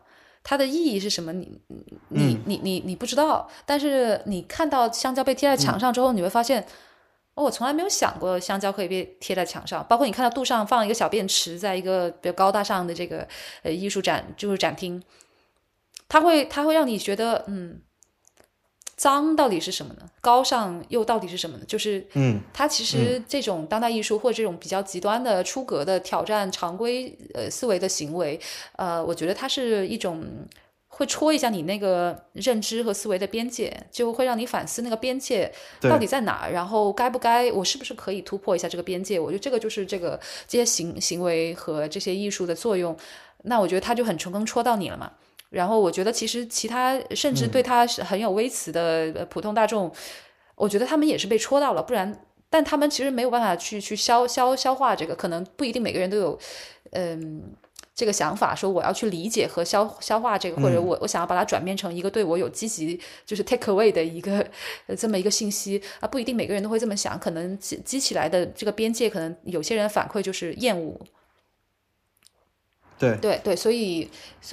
它的意义是什么，你不知道，但是你看到香蕉被贴在墙上之后，你会发现，我从来没有想过香蕉可以被贴在墙上。包括你看到路上放一个小便池，在一个比较高大上的这个艺术展就是展厅，它会让你觉得脏到底是什么呢？高尚又到底是什么呢？就是它其实这种当代艺术或者这种比较极端的出格的挑战常规思维的行为，我觉得它是一种会戳一下你那个认知和思维的边界，就会让你反思那个边界到底在哪儿，然后我是不是可以突破一下这个边界？我觉得这个就是这些行为和这些艺术的作用。那我觉得它就很成功戳到你了嘛。然后我觉得其实其他甚至对他很有微词的普通大众，我觉得他们也是被戳到了，不然但他们其实没有办法去消化这个，可能不一定每个人都有这个想法，说我要去理解和消化这个，或者我想要把它转变成一个对我有积极就是 take away 的一个这么一个信息啊，不一定每个人都会这么想，可能激起来的这个边界，可能有些人反馈就是厌恶。对，所以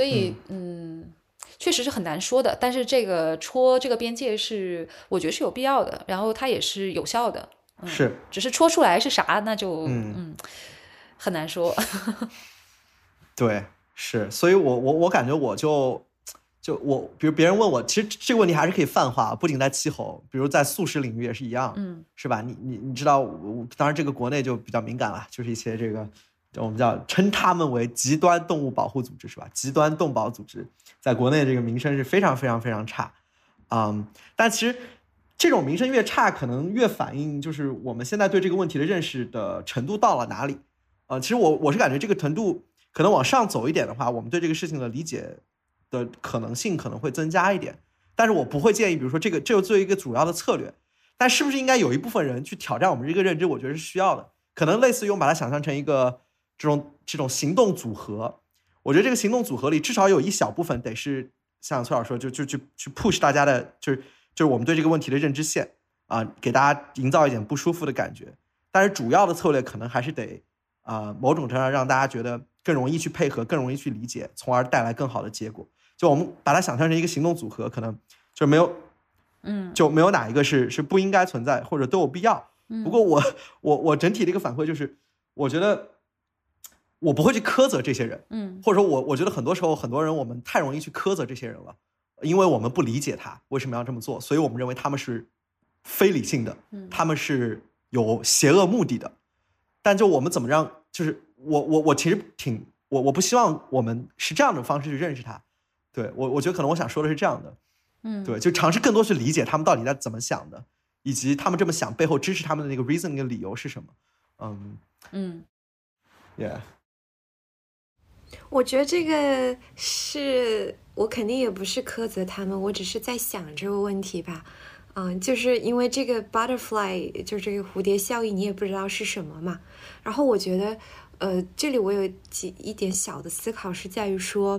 确实是很难说的，但是这个戳这个边界是我觉得是有必要的，然后它也是有效的， 是， 只是戳出来是啥那就很难说。 对，是，所以我感觉我就比如别人问我，其实这个问题还是可以泛化，不仅在气候，比如在素食领域也是一样，是吧？你知道，当然这个国内就比较敏感了，就是一些这个。我们称他们为极端动物保护组织，是吧？极端动保组织在国内这个名声是非常非常非常差，但其实这种名声越差，可能越反映就是我们现在对这个问题的认识的程度到了哪里。其实我是感觉这个程度可能往上走一点的话，我们对这个事情的理解的可能性可能会增加一点。但是我不会建议，比如说这就作为一个主要的策略。但是不是应该有一部分人去挑战我们这个认知？我觉得是需要的。可能类似于我们把它想象成一个。这种行动组合，我觉得这个行动组合里至少有一小部分得是像崔老师说，就去 push 大家的，就是我们对这个问题的认知线给大家营造一点不舒服的感觉。但是主要的策略可能还是得某种程度上让大家觉得更容易去配合，更容易去理解，从而带来更好的结果。就我们把它想象成一个行动组合，可能就没有哪一个是不应该存在或者都有必要。不过我整体的一个反馈就是，我觉得。我不会去苛责这些人，或者说我觉得很多时候很多人我们太容易去苛责这些人了，因为我们不理解他为什么要这么做，所以我们认为他们是非理性的，他们是有邪恶目的的。但就我们怎么让，就是我其实我不希望我们是这样的方式去认识他。对，我觉得可能我想说的是这样的，对，就尝试更多去理解他们到底在怎么想的，以及他们这么想背后支持他们的那个 reason 那个理由是什么。Yeah。 我觉得这个是我肯定也不是苛责他们，我只是在想这个问题吧。就是因为这个 butterfly 就是这个蝴蝶效应，你也不知道是什么嘛。然后我觉得这里我有一点小的思考是在于说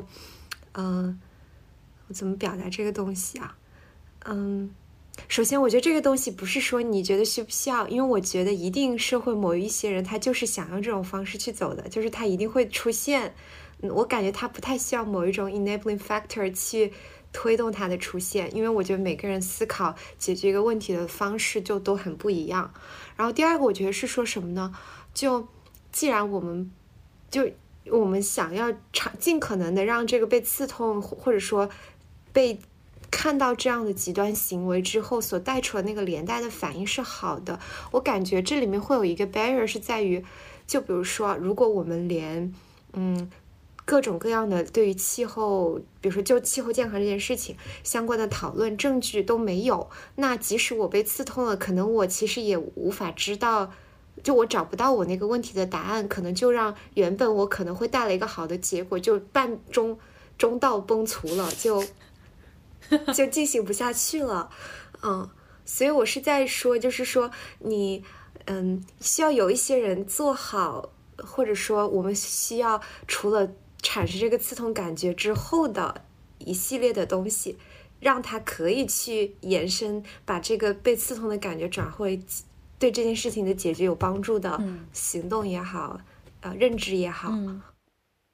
我怎么表达这个东西啊。首先我觉得这个东西不是说你觉得需不需要，因为我觉得一定社会某一些人他就是想用这种方式去走的，就是他一定会出现。我感觉他不太需要某一种 enabling factor 去推动它的出现，因为我觉得每个人思考解决一个问题的方式就都很不一样。然后第二个我觉得是说什么呢，就既然我们想要尽可能的让这个被刺痛或者说被看到这样的极端行为之后所带出的那个连带的反应是好的，我感觉这里面会有一个 barrier 是在于，就比如说如果我们连各种各样的对于气候，比如说就气候健康这件事情相关的讨论证据都没有，那即使我被刺痛了，可能我其实也无法知道，就我找不到我那个问题的答案，可能就让原本我可能会带来一个好的结果就中道崩殂了，就进行不下去了。所以我是在说，就是说你需要有一些人做好，或者说我们需要除了产生这个刺痛感觉之后的一系列的东西，让它可以去延伸，把这个被刺痛的感觉转回对这件事情的解决有帮助的行动也好，认知也好。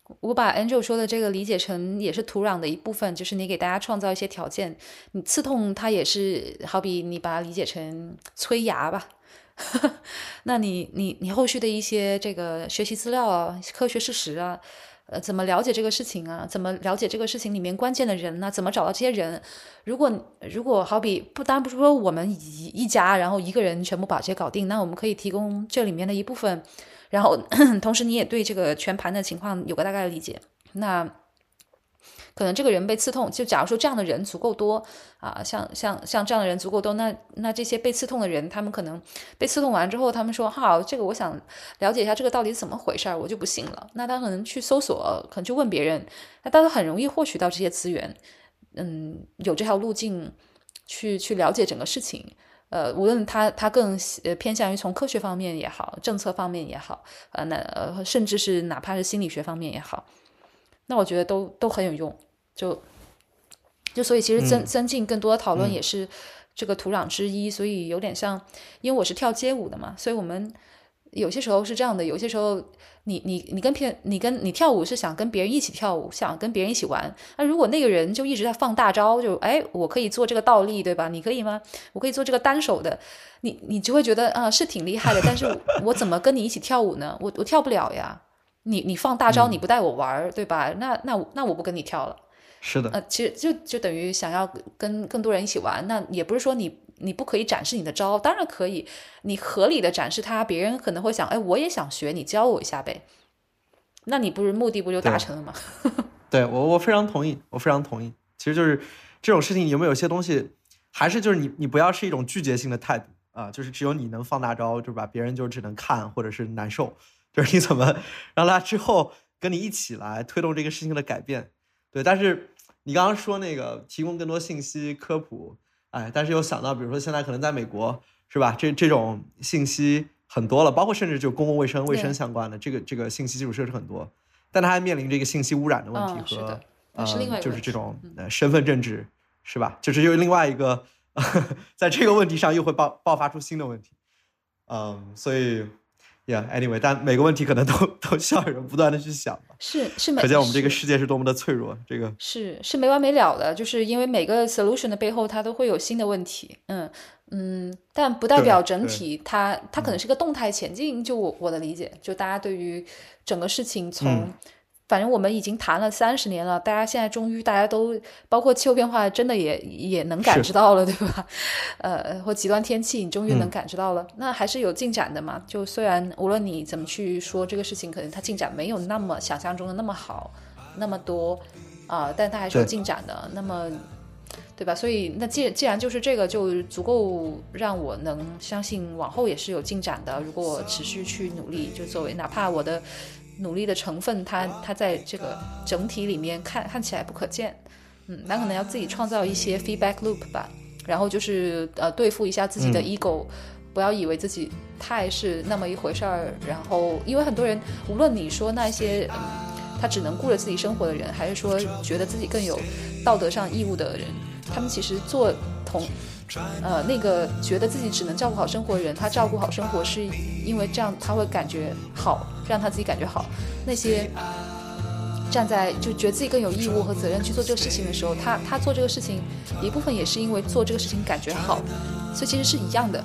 我把 Angel 说的这个理解成也是土壤的一部分，就是你给大家创造一些条件。你刺痛它也是好比你把它理解成催芽吧。那你后续的一些这个学习资料啊、科学事实啊，怎么了解这个事情啊？怎么了解这个事情里面关键的人呢？怎么找到这些人？如果好比当然不是说我们一家然后一个人全部把这些搞定，那我们可以提供这里面的一部分。然后同时你也对这个全盘的情况有个大概的理解，那可能这个人被刺痛，就假如说这样的人足够多啊，像这样的人足够多，那这些被刺痛的人，他们可能被刺痛完之后，他们说好，这个我想了解一下这个到底是怎么回事，我就不信了。那他可能去搜索，可能去问别人，那他很容易获取到这些资源，有这条路径去了解整个事情。无论他更偏向于从科学方面也好，政策方面也好，甚至是哪怕是心理学方面也好，那我觉得都很有用。就所以其实增进更多的讨论也是这个土壤之一。所以有点像，因为我是跳街舞的嘛，所以我们有些时候是这样的，有些时候你跳舞是想跟别人一起跳舞，想跟别人一起玩。那如果那个人就一直在放大招，就我可以做这个倒立，对吧？你可以吗？我可以做这个单手的，你就会觉得是挺厉害的，但是我怎么跟你一起跳舞呢？我跳不了呀。你放大招，你不带我玩，对吧？那我不跟你跳了。 是的， 其实就等于想要跟更多人一起玩，那也不是说你不可以展示你的招，当然可以，你合理的展示它，别人可能会想，我也想学，你教我一下呗，那你目的不就达成了吗？ 对，我非常同意，我非常同意。其实就是这种事情，有没有些东西，还是就是你不要是一种拒绝性的态度啊，就是只有你能放大招，就是吧，别人就只能看或者是难受，就是你怎么让他之后跟你一起来推动这个事情的改变。对，但是你刚刚说那个提供更多信息科普，但是又想到，比如说现在可能在美国是吧，这种信息很多了，包括甚至就公共卫生相关的这个信息基础设施很多，但它还面临这个信息污染的问题和是另外一个就是这种身份政治是吧？就是又另外一个在这个问题上又会爆发出新的问题，所以。anyway， 但每个问题可能都需要有人不断的去想吧。 是可见我们这个世界是多么的脆弱。这个是没完没了的，就是因为每个 solution 的背后它都会有新的问题。但不代表整体它可能是个动态前进。就我的理解，就大家对于整个事情反正我们已经谈了30年了，大家现在终于大家都包括气候变化真的也能感知到了，对吧？或极端天气你终于能感知到了，那还是有进展的嘛。就虽然无论你怎么去说这个事情，可能它进展没有那么想象中的那么好那么多但它还是有进展的。那么对吧？所以那既然就是这个就足够让我能相信往后也是有进展的。如果我持续去努力，就作为哪怕我的努力的成分它在这个整体里面看起来不可见，那可能要自己创造一些 feedback loop 吧，然后就是对付一下自己的 ego，不要以为自己太是那么一回事儿。然后因为很多人无论你说那些他只能顾着自己生活的人，还是说觉得自己更有道德上义务的人，他们其实做那个觉得自己只能照顾好生活的人，他照顾好生活是因为这样他会感觉好，让他自己感觉好。那些站在就觉得自己更有义务和责任去做这个事情的时候，他做这个事情一部分也是因为做这个事情感觉好，所以其实是一样的。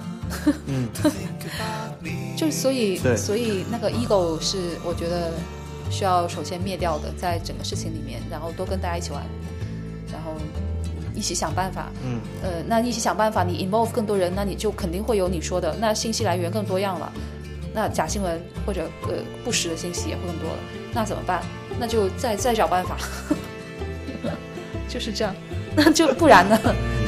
就是所以那个 ego 是我觉得需要首先灭掉的，在整个事情里面，然后多跟大家一起玩，然后一起想办法。那一起想办法，你 involve 更多人，那你就肯定会有你说的，那信息来源更多样了，那假新闻或者不实的信息也会更多了，那怎么办？那就再找办法。就是这样，那就不然呢？